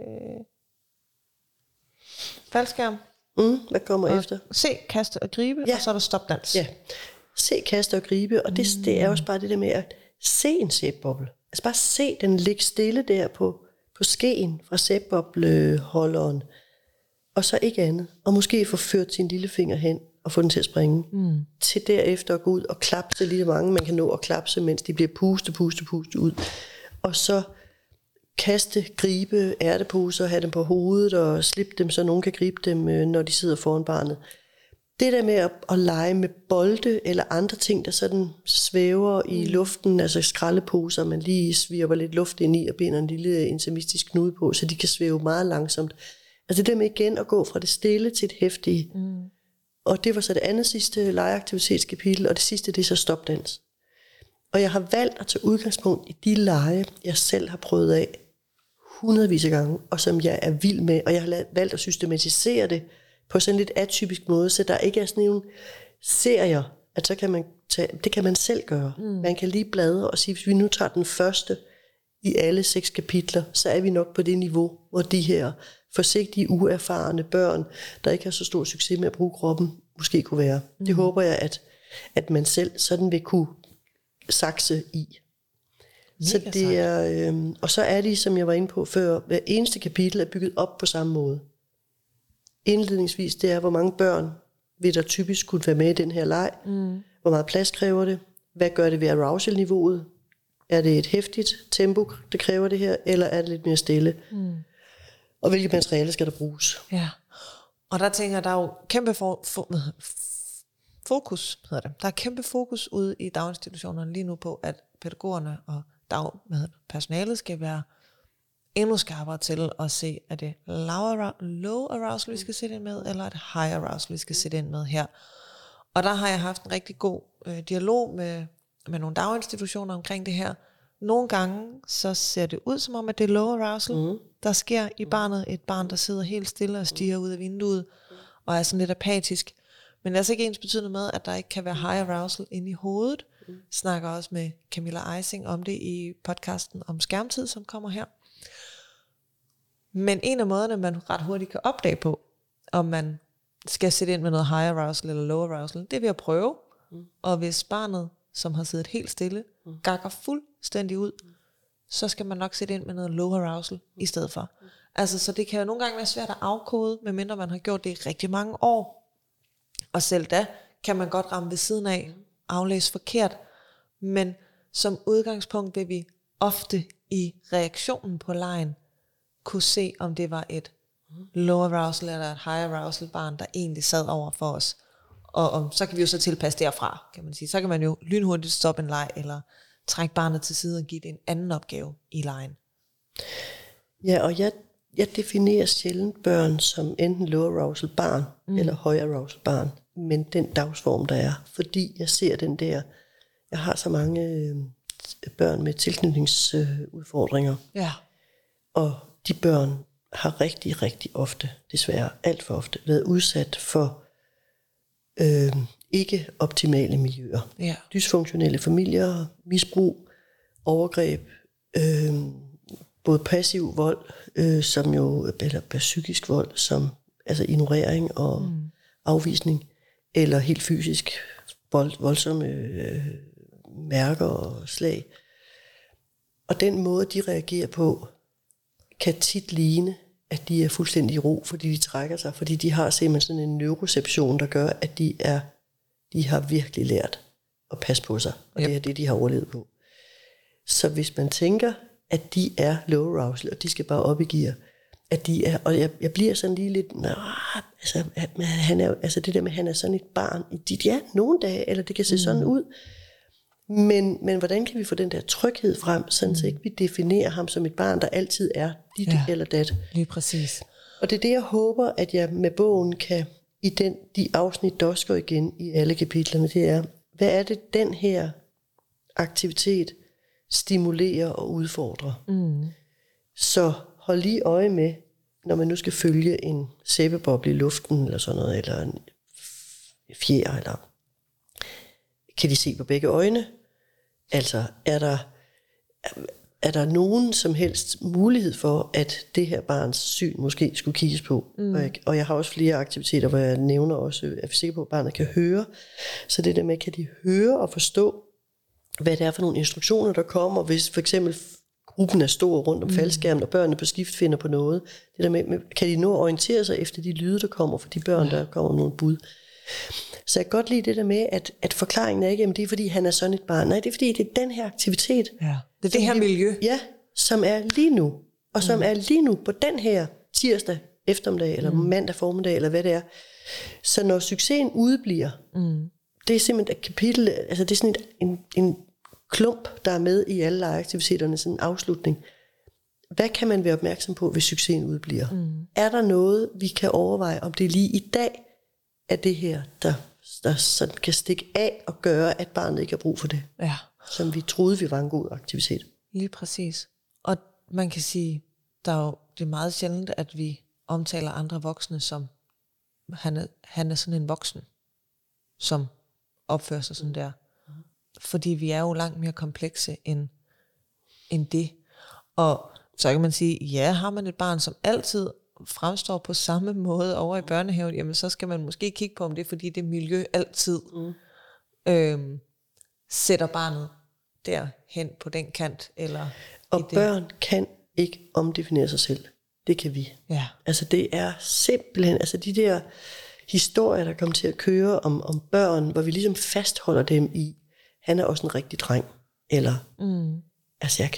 Faldskærm. Hvad kommer efter? Se, kaste og gribe, og så er der stopdans. Ja. Se, kaste og gribe, og det er også bare det der med at se en sæbeboble. Altså bare se den ligge stille der på skeen fra sæbebobleholderen, og så ikke andet. Og måske få ført sin lille finger hen og få den til at springe. Til derefter at gå ud og klapse lige mange, man kan nå at klapse, mens de bliver puste ud. Og så kaste, gribe ærteposer, have dem på hovedet og slippe dem, så nogen kan gribe dem, når de sidder foran barnet. Det der med at lege med bolde eller andre ting, der sådan svæver i luften, altså skraldeposer, man lige svirper lidt luft ind i og binder en lille intimistisk knude på, så de kan svæve meget langsomt. Altså det der med igen at gå fra det stille til det heftige. Og det var så det andet sidste legeaktivitetskapitel, og det sidste, det er så stopdans. Og jeg har valgt at tage udgangspunkt i de lege, jeg selv har prøvet af hundredvis af gange, og som jeg er vild med, og jeg har valgt at systematisere det på sådan en lidt atypisk måde, så der ikke er sådan nogle serier, at så kan man det kan man selv gøre. Man kan lige bladre og sige, hvis vi nu tager den første i alle 6 kapitler, så er vi nok på det niveau, hvor de her forsigtige, uerfarne børn, der ikke har så stor succes med at bruge kroppen, måske kunne være. Det håber jeg, at man selv sådan vil kunne sakse i. Så det er, og så er de, som jeg var inde på før, hver eneste kapitel er bygget op på samme måde. Indledningsvis, det er, hvor mange børn vil der typisk kunne være med i den her leg. Hvor meget plads kræver det? Hvad gør det ved arousal-niveauet? Er det et heftigt tempo, der kræver det her, eller er det lidt mere stille? Og hvilke materiale skal der bruges? Ja, og der tænker jeg, der er jo kæmpe fokus, hedder det. Der er kæmpe fokus ude i daginstitutionerne lige nu på, at pædagogerne og personalet skal være endnu skarpere til at se, er det low arousal, vi skal sætte ind med, eller er det high arousal, vi skal sætte ind med her. Og der har jeg haft en rigtig god dialog med nogle daginstitutioner omkring det her. Nogle gange, så ser det ud som om, at det er low arousal, der sker i barnet. Et barn, der sidder helt stille og stiger ud af vinduet, og er sådan lidt apatisk. Men det er altså ikke ens betydende med, at der ikke kan være high arousal inde i hovedet. Snakker også med Camilla Eising om det i podcasten om skærmtid, som kommer her. Men en af måderne, man ret hurtigt kan opdage på, om man skal sætte ind med noget high arousal eller low arousal, det er ved at prøve. Og hvis barnet, som har siddet helt stille, gakker fuldstændig ud, så skal man nok sætte ind med noget low arousal i stedet for. Altså, så det kan jo nogle gange være svært at afkode, medmindre man har gjort det i rigtig mange år. Og selv da kan man godt ramme ved siden af, aflæse forkert. Men som udgangspunkt vil vi ofte i reaktionen på legen kunne se, om det var et low arousal eller et high arousal barn, der egentlig sad over for os. Og så kan vi jo så tilpasse derfra, kan man sige. Så kan man jo lynhurtigt stoppe en leg, eller trække barnet til side og give det en anden opgave i legen. Ja, og jeg definerer sjældent børn som enten low arousal barn eller high arousal barn, men den dagsform, der er. Fordi jeg ser den der, jeg har så mange børn med tilknytningsudfordringer. Ja. Og de børn har rigtig, rigtig ofte, desværre alt for ofte, været udsat for ikke optimale miljøer. Ja. Dysfunktionelle familier, misbrug, overgreb, både passiv vold, som jo, eller psykisk vold, som altså ignorering og afvisning, eller helt fysisk voldsomme mærker og slag. Og den måde, de reagerer på, kan tit ligne, at de er fuldstændig i ro, fordi de trækker sig, fordi de har simpelthen sådan en neuroception, der gør, at de har virkelig lært at passe på sig, og det er det, de har overlevet på. Så hvis man tænker, at de er low arousal, og de skal bare op i gear, at de er, og jeg bliver sådan lige lidt, altså, han er, altså det der med, at han er sådan et barn, ja, nogle dage, eller det kan se sådan ud, men hvordan kan vi få den der tryghed frem, sådan så ikke vi definerer ham som et barn, der altid er dit eller dat. Lige præcis. Og det er det, jeg håber, at jeg med bogen kan, i de afsnit, der også går igen i alle kapitlerne, det er, hvad er det, den her aktivitet stimulerer og udfordrer. Så hold lige øje med, når man nu skal følge en sæbeboble i luften, eller sådan noget, eller en fjer, eller kan de se på begge øjne? Altså, er der nogen som helst mulighed for, at det her barns syn måske skulle kigges på? Og jeg har også flere aktiviteter, hvor jeg nævner også, at jeg er sikker på, at barnet kan høre. Så det der med, kan de høre og forstå, hvad det er for nogle instruktioner, der kommer, hvis for eksempel gruppen er stor rundt om faldskærmen, og børnene på skift finder på noget. Det der med, kan de nå at orientere sig efter de lyde, der kommer for de børn, der kommer nogle bud. Så jeg kan godt lide det der med, at forklaringen er ikke, at det er fordi, han er sådan et barn. Nej, det er fordi, det er den her aktivitet. Ja. Det er det her miljø. Ja, som er lige nu. Og som er lige nu på den her tirsdag eftermiddag, eller mandag formiddag, eller hvad det er. Så når succesen udebliver, det er simpelthen et kapitel, altså det er sådan en klump, der er med i alle legeaktiviteterne, sådan en afslutning. Hvad kan man være opmærksom på, hvis succesen udebliver? Er der noget, vi kan overveje, om det er lige i dag, er det her, der sådan kan stikke af og gøre, at barnet ikke har brug for det, som vi troede, vi var en god aktivitet. Lige præcis. Og man kan sige, det er meget sjældent, at vi omtaler andre voksne som, han er sådan en voksen, som opfører sig sådan der. Fordi vi er jo langt mere komplekse end det. Og så kan man sige, ja, har man et barn, som altid fremstår på samme måde over i børnehaven, jamen så skal man måske kigge på, om det er, fordi det miljø altid sætter barnet derhen på den kant. Eller og børn kan ikke omdefinere sig selv. Det kan vi. Ja. Altså det er simpelthen, altså de der historier, der kommer til at køre om børn, hvor vi ligesom fastholder dem i, han er også en rigtig dreng. Eller, altså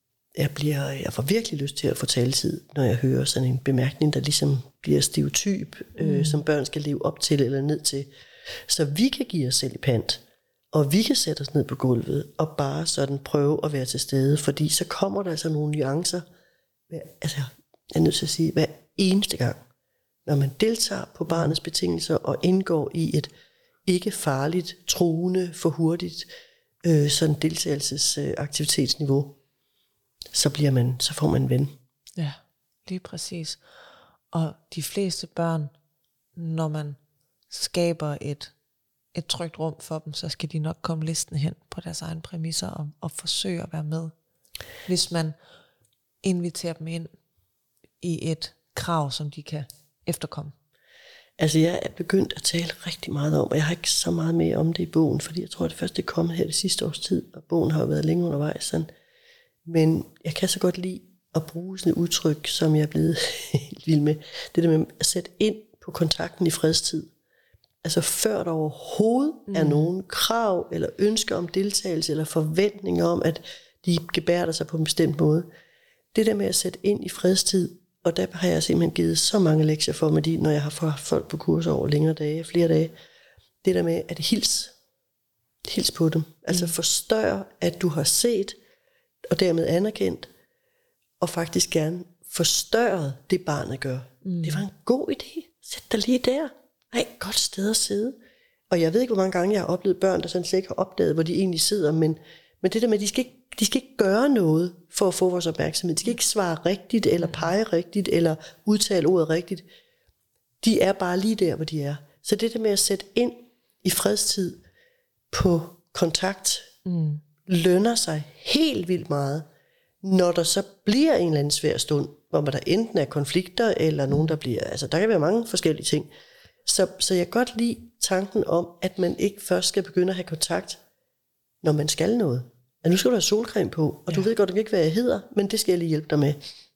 jeg får virkelig lyst til at få taletid, når jeg hører sådan en bemærkning, der ligesom bliver stereotyp, som børn skal leve op til eller ned til. Så vi kan give os selv i pant, og vi kan sætte os ned på gulvet, og bare sådan prøve at være til stede, fordi så kommer der altså nogle nuancer, altså jeg er nødt til at sige, hver eneste gang, når man deltager på barnets betingelser, og indgår i et ikke farligt, truende, for hurtigt, sådan deltagelsesaktivitetsniveau, så får man en ven. Ja, lige præcis. Og de fleste børn, når man skaber et trygt rum for dem, så skal de nok komme listende hen på deres egne præmisser og forsøge at være med. Hvis man inviterer dem ind i et krav, som de kan efterkomme. Altså jeg er begyndt at tale rigtig meget om, og jeg har ikke så meget mere om det i bogen, fordi jeg tror, at det først er kommet her det sidste års tid, og bogen har jo været længe undervejs. Sådan. Men jeg kan så godt lide at bruge sådan et udtryk, som jeg er blevet helt vild med. Det der med at sætte ind på kontakten i fredstid. Altså før der overhovedet er nogen krav, eller ønsker om deltagelse, eller forventninger om, at de gebærder sig på en bestemt måde. Det der med at sætte ind i fredstid, og der har jeg simpelthen givet så mange lektier for mig, når jeg har fået folk på kurser over længere dage, flere dage. Det der med at hils på dem. Altså forstør, at du har set, og dermed anerkendt, og faktisk gerne forstørret det barnet gør. Det var en god idé. Sæt dig lige der. Nej, godt sted at sidde. Og jeg ved ikke, hvor mange gange jeg har oplevet børn, der sådan slet ikke har opdaget, hvor de egentlig sidder, men det der med, at de skal ikke gøre noget for at få vores opmærksomhed. De skal ikke svare rigtigt, eller pege rigtigt, eller udtale ordet rigtigt. De er bare lige der, hvor de er. Så det der med at sætte ind i fredstid på kontakt, lønner sig helt vildt meget, når der så bliver en eller anden svær stund, hvor der enten er konflikter, eller nogen, der bliver, altså der kan være mange forskellige ting. Så jeg kan godt lide tanken om, at man ikke først skal begynde at have kontakt, når man skal noget. At nu skal du have solcreme på, og du ved godt ikke, hvad jeg hedder, men det skal jeg lige hjælpe dig med.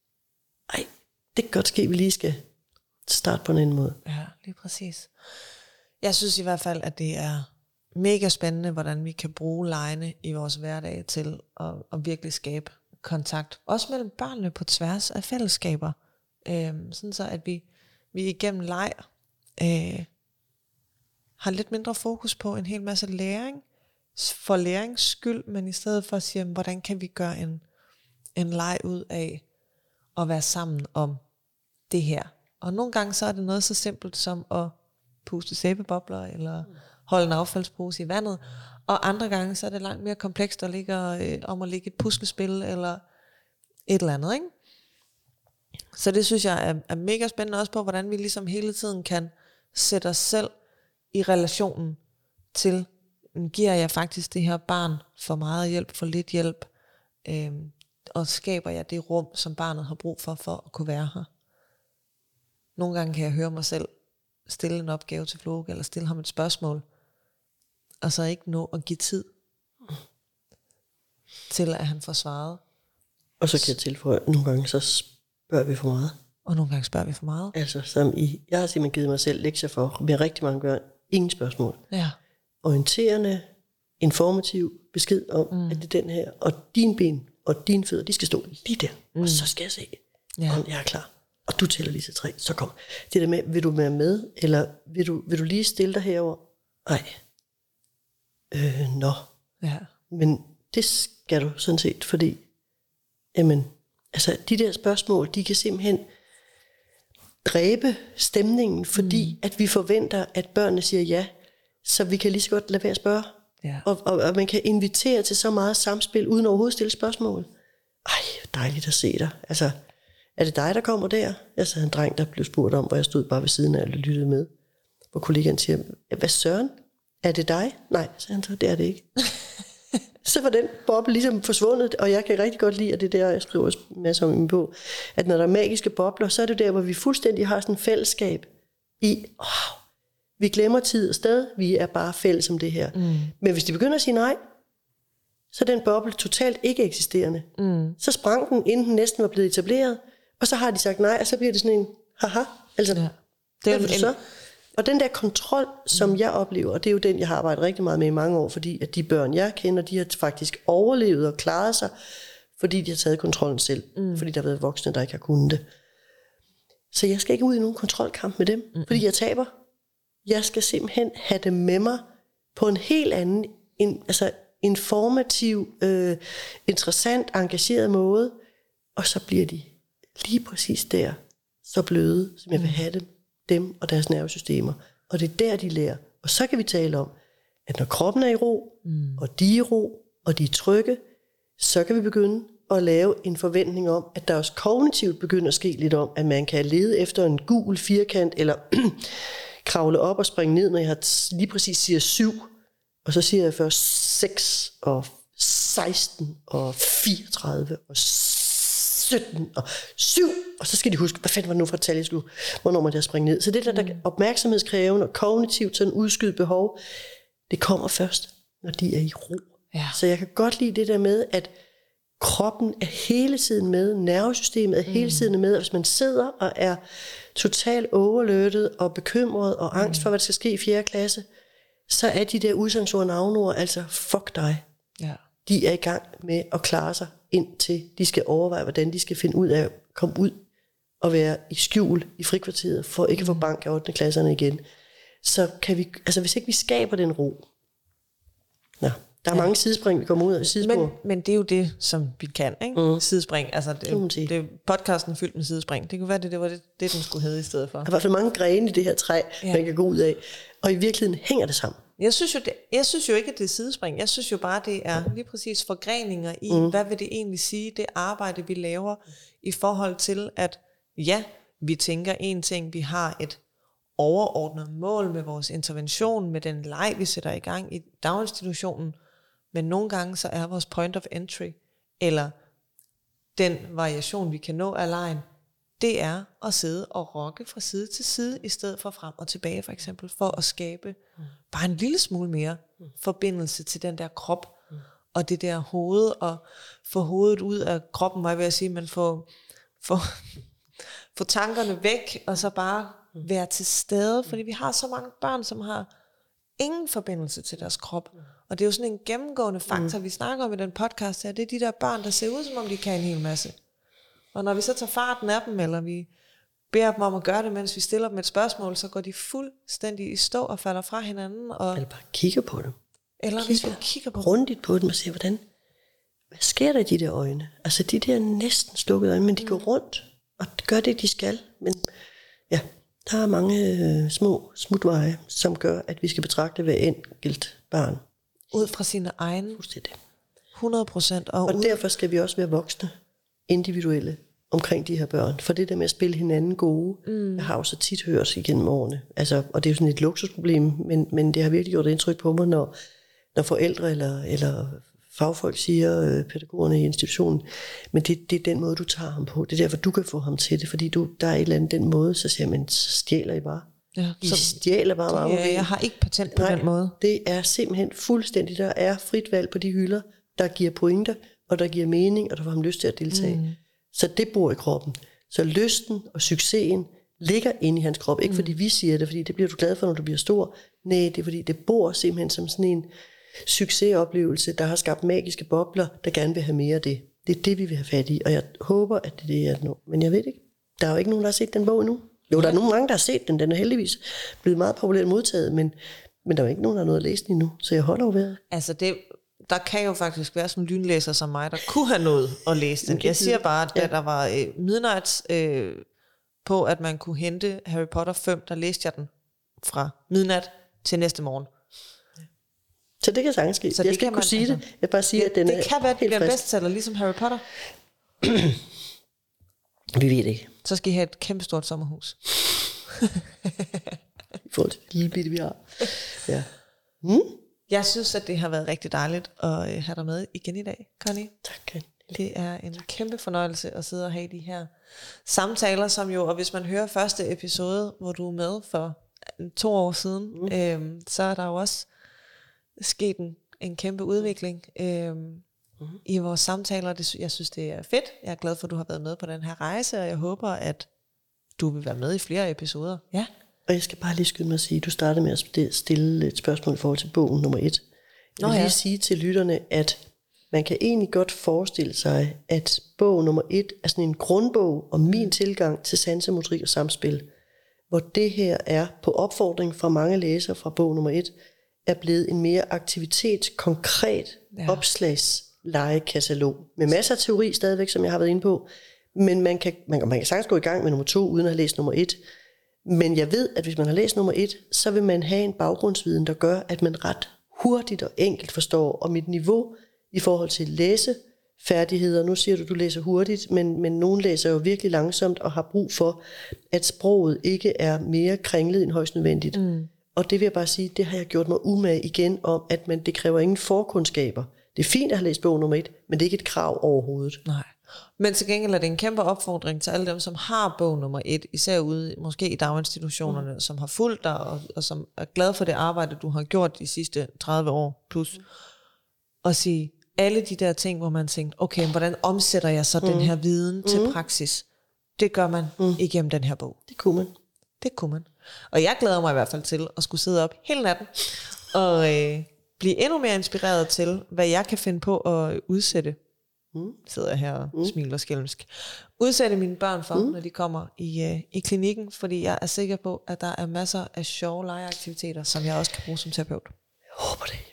Ej, det kan godt ske, at vi lige skal starte på en anden måde. Ja, lige præcis. Jeg synes i hvert fald, at det er mega spændende, hvordan vi kan bruge legene i vores hverdag til at virkelig skabe kontakt. Også mellem børnene på tværs af fællesskaber. Sådan så, at vi igennem leg har lidt mindre fokus på en hel masse læring, for lærings skyld, men i stedet for at sige, hvordan kan vi gøre en leg ud af at være sammen om det her. Og nogle gange så er det noget så simpelt som at puste sæbebobler, eller holde en affaldspose i vandet, og andre gange så er det langt mere komplekst, om at lægge et puslespil, eller et eller andet, ikke? Så det synes jeg er mega spændende også på, hvordan vi ligesom hele tiden kan sætte os selv i relationen til, giver jeg faktisk det her barn for meget hjælp, for lidt hjælp, og skaber jeg det rum, som barnet har brug for at kunne være her. Nogle gange kan jeg høre mig selv stille en opgave til Floke, eller stille ham et spørgsmål, og så ikke nå at give tid til, at han får svaret. Og så kan jeg tilføje, at nogle gange så spørger vi for meget. Og nogle gange spørger vi for meget. Altså, jeg har simpelthen givet mig selv lektier for, med rigtig mange børn, ingen spørgsmål. Ja. Orienterende, informativ besked om, at det er den her, og dine ben og dine fødder, de skal stå lige der, og så skal jeg se, om jeg er klar. Og du tæller lige til 3, så kom. Det der med, vil du være med, eller vil du lige stille dig herover? Nej. Nå. Ja. Men det skal du sådan set, fordi, jamen, altså de der spørgsmål, de kan simpelthen dræbe stemningen, fordi at vi forventer, at børnene siger ja, så vi kan lige så godt lade være at spørge. Ja. Og man kan invitere til så meget samspil, uden overhovedet at stille spørgsmål. Ej, dejligt at se dig. Altså, er det dig, der kommer der? Jeg så en dreng, der blev spurgt om, hvor jeg stod bare ved siden af og lyttede med. Hvor kollegaen siger, hvad Søren? Er det dig? Nej, så han så, det er det ikke. Så var den boble ligesom forsvundet, og jeg kan rigtig godt lide, at det der, jeg skriver en masse om i min bog, at når der er magiske bobler, så er det der, hvor vi fuldstændig har sådan et fællesskab i, vi glemmer tid og sted, vi er bare fælles om det her. Men hvis de begynder at sige nej, så er den boble totalt ikke eksisterende. Så sprang den, inden den næsten var blevet etableret, og så har de sagt nej, og så bliver det sådan en, haha, altså, det er jo så. Og den der kontrol, som jeg oplever, og det er jo den, jeg har arbejdet rigtig meget med i mange år, fordi at de børn, jeg kender, de har faktisk overlevet og klaret sig, fordi de har taget kontrollen selv, fordi der har været voksne, der ikke har kunnet det. Så jeg skal ikke ud i nogen kontrolkamp med dem, fordi jeg taber. Jeg skal simpelthen have dem med mig på en helt anden, informativ, interessant, engageret måde, og så bliver de lige præcis der, så bløde, som jeg vil have dem og deres nervesystemer. Og det er der, de lærer. Og så kan vi tale om, at når kroppen er i ro, og de er i ro, og de er trygge, så kan vi begynde at lave en forventning om, at der også kognitivt begynder at ske lidt om, at man kan lede efter en gul firkant, eller kravle op og springe ned, når jeg lige præcis siger 7, og så siger jeg først 6, og 16, og 34, og 17, og 7, og så skal de huske, hvad fanden var det nu for et tal, jeg skulle, hvornår man der springe ned. Så det der opmærksomhedskrævende og kognitivt sådan udskydet behov, det kommer først, når de er i ro. Ja. Så jeg kan godt lide det der med, at kroppen er hele tiden med, nervesystemet er hele tiden med, og hvis man sidder og er totalt overløbet og bekymret og angst for, hvad der skal ske i 4. klasse, så er de der udsangsord og navnord, altså fuck dig. Ja. De er i gang med at klare sig, indtil de skal overveje, hvordan de skal finde ud af at komme ud og være i skjul i frikvarteret, for ikke at få bank af 8. klasserne igen. Så kan vi, altså hvis ikke vi skaber den ro. Nå, der er mange sidespring, vi kommer ud af sidespor. Men det er jo det, som vi kan, ikke? Sidespring, altså det er podcasten fyldt med sidespring. Det kunne være, det var det, den skulle hedde i stedet for. Der er i hvert fald mange grene i det her træ, man kan gå ud af. Og i virkeligheden hænger det sammen. Jeg synes jo ikke, at det er sidespring. Jeg synes jo bare, det er lige præcis forgreninger i, hvad vil det egentlig sige, det arbejde, vi laver, i forhold til, at ja, vi tænker en ting, vi har et overordnet mål med vores intervention, med den leg, vi sætter i gang i daginstitutionen, men nogle gange så er vores point of entry, eller den variation, vi kan nå af legen, det er at sidde og rocke fra side til side, i stedet for frem og tilbage for eksempel, for at skabe bare en lille smule mere forbindelse til den der krop, og det der hoved, og få hovedet ud af kroppen, hvad vil jeg sige, men få tankerne væk, og så bare være til stede, fordi vi har så mange børn, som har ingen forbindelse til deres krop, og det er jo sådan en gennemgående faktor, vi snakker om i den podcast her, det er de der børn, der ser ud, som om de kan en hel masse. Og når vi så tager farten af dem, eller vi beder dem om at gøre det, mens vi stiller dem et spørgsmål, så går de fuldstændig i stå og falder fra hinanden. Eller bare kigger på dem. Eller hvis vi kigger på grundigt på dem og siger, hvad sker der i de der øjne? Altså de der næsten slukkede øjne, men de går rundt og gør det, de skal. Men ja, der er mange små smutveje, som gør, at vi skal betragte hver enkelt barn. Ud fra sine egne. 100%. Og derfor skal vi også være voksne, individuelle, omkring de her børn. For det der med at spille hinanden gode, jeg har jo så tit hørt igennem årene. Altså, og det er jo sådan et luksusproblem, men det har virkelig gjort indtryk på mig, når forældre eller fagfolk siger, pædagogerne i institutionen, men det er den måde, du tager ham på. Det er derfor, du kan få ham til det, fordi der er et eller andet den måde, så siger man, så stjæler I bare. Ja, I stjæler bare mange. Jeg har ikke patent på den måde. Det er simpelthen fuldstændig, der er frit valg på de hylder, der giver pointer, og der giver mening, og der får ham lyst til at deltage. Så det bor i kroppen. Så lysten og succesen ligger inde i hans krop. Ikke fordi vi siger det, fordi det bliver du glad for, når du bliver stor. Nej, det er fordi det bor simpelthen som sådan en succesoplevelse, der har skabt magiske bobler, der gerne vil have mere af det. Det er det, vi vil have fat i, og jeg håber, at det er det, jeg når. Men jeg ved ikke. Der er jo ikke nogen, der har set den bog endnu. Jo, der er mange, der har set den. Den er heldigvis blevet meget populært modtaget, men der er jo ikke nogen, der har nået at læse den endnu. Så jeg holder jo ved. Altså der kan jo faktisk være sådan en lynlæser som mig, der kunne have nået at læse den. Jeg siger bare, at da der var midnights på, at man kunne hente Harry Potter 5, der læste jeg den fra midnat til næste morgen. Så det kan sagtens ske. Jeg skal ikke kunne sige det. Jeg bare sige, at den det kan være, at det bliver en bestseller, ligesom Harry Potter. Vi ved det ikke. Så skal I have et kæmpestort sommerhus. I forhold til det lille bitte, vi har. Ja. Jeg synes, at det har været rigtig dejligt at have dig med igen i dag, Connie. Tak. Det er en kæmpe fornøjelse at sidde og have de her samtaler, som jo, og hvis man hører første episode, hvor du er med for 2 år siden, så er der jo også sket en kæmpe udvikling i vores samtaler. Jeg synes, det er fedt. Jeg er glad for, at du har været med på den her rejse, og jeg håber, at du vil være med i flere episoder. Ja. Og jeg skal bare lige skynde mig at sige, at du startede med at stille et spørgsmål i forhold til bogen nummer 1. Jeg vil lige sige til lytterne, at man kan egentlig godt forestille sig, at bog nummer 1 er sådan en grundbog om min tilgang til sansemotorik og samspil, hvor det her er på opfordring fra mange læsere fra bog nummer 1, er blevet en mere aktivitetskonkret opslagslegekatalog med masser af teori stadigvæk, som jeg har været inde på, men man kan sagtens gå i gang med nummer 2 uden at have læst nummer 1. Men jeg ved, at hvis man har læst nummer 1, så vil man have en baggrundsviden, der gør, at man ret hurtigt og enkelt forstår, og mit niveau i forhold til læsefærdigheder, nu siger du læser hurtigt, men nogen læser jo virkelig langsomt og har brug for, at sproget ikke er mere kringlet end højst nødvendigt. Og det vil jeg bare sige, det har jeg gjort mig umage igen om, at det kræver ingen forkundskaber. Det er fint at have læst bog nummer 1, men det er ikke et krav overhovedet. Nej. Men til gengæld er det en kæmpe opfordring til alle dem, som har bog nummer 1, især ude måske i daginstitutionerne, som har fulgt dig, og som er glade for det arbejde, du har gjort de sidste 30 år plus. Og sige, alle de der ting, hvor man tænker, okay, hvordan omsætter jeg så den her viden til praksis? Det gør man igennem den her bog. Det kunne man. Og jeg glæder mig i hvert fald til at skulle sidde op hele natten og blive endnu mere inspireret til, hvad jeg kan finde på at udsætte. Sidder jeg her og smiler skælmsk. Udsætte mine børn for, når de kommer i klinikken, fordi jeg er sikker på, at der er masser af sjove legeaktiviteter, som jeg også kan bruge som terapeut. Jeg håber det.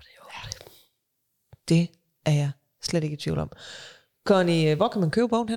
Det er jeg slet ikke i tvivl om. Connie, hvor kan man købe bogen hen?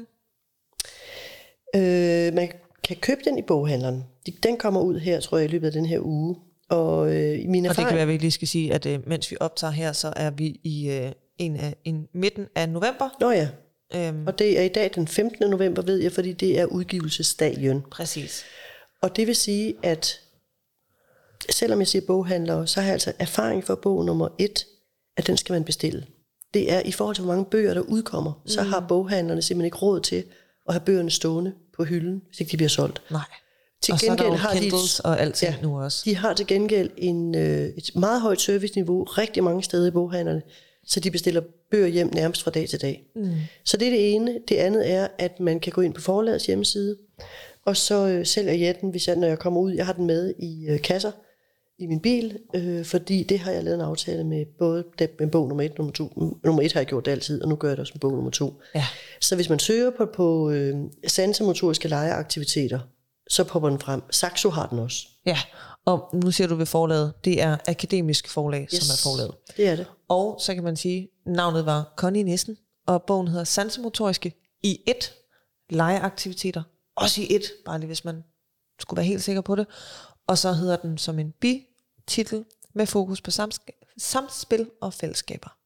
Man kan købe den i boghandleren. Den kommer ud her, tror jeg, i løbet af den her uge. Og det kan være, at vi lige skal sige, at mens vi optager her, så er vi i midten af november. Nå ja. Og det er i dag den 15. november, ved jeg, fordi det er udgivelsesdagen. Præcis. Og det vil sige, at selvom jeg siger boghandlere, så har jeg altså erfaring for bog nummer 1, at den skal man bestille. Det er i forhold til, hvor mange bøger, der udkommer, så har boghandlerne simpelthen ikke råd til at have bøgerne stående på hylden, hvis ikke de bliver solgt. Nej. Til og gengæld så er der har Kindles og alting nu også. De har til gengæld et meget højt serviceniveau rigtig mange steder i boghandlerne, så de bestiller bøger hjem nærmest fra dag til dag. Så det er det ene. Det andet er, at man kan gå ind på forlagets hjemmeside, og så sælger jeg den, når jeg kommer ud. Jeg har den med i kasser i min bil, fordi det har jeg lavet en aftale med både med bog nummer 1 og nummer 2. Nummer 1 har jeg gjort det altid, og nu gør jeg det også med bog nummer 2. Ja. Så hvis man søger på sansemotoriske legeaktiviteter, så popper den frem. Saxo har den også. Ja, og nu siger du ved forlaget, det er Akademisk Forlag, Yes, som er forlaget. det er det. Og så kan man sige, navnet var Connie Nissen, og bogen hedder Sansemotoriske i et. Legeaktiviteter, også i et, bare lige hvis man skulle være helt sikker på det. Og så hedder den som en bititel med fokus på samspil og fællesskaber.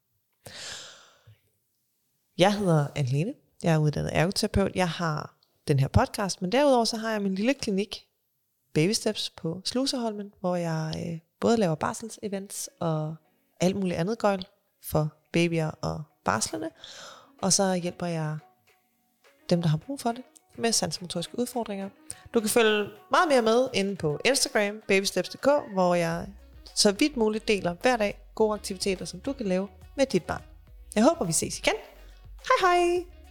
Jeg hedder Anne-Lene, jeg er uddannet ergoterapeut, jeg har den her podcast, men derudover så har jeg min lille klinik, Baby Steps på Sluseholmen, hvor jeg både laver barselsevents og alt muligt andet gøjl for babyer og barslerne, og så hjælper jeg dem, der har brug for det, med sansemotoriske udfordringer. Du kan følge meget mere med inde på Instagram, babysteps.dk, hvor jeg så vidt muligt deler hver dag gode aktiviteter, som du kan lave med dit barn. Jeg håber, vi ses igen. Hej hej!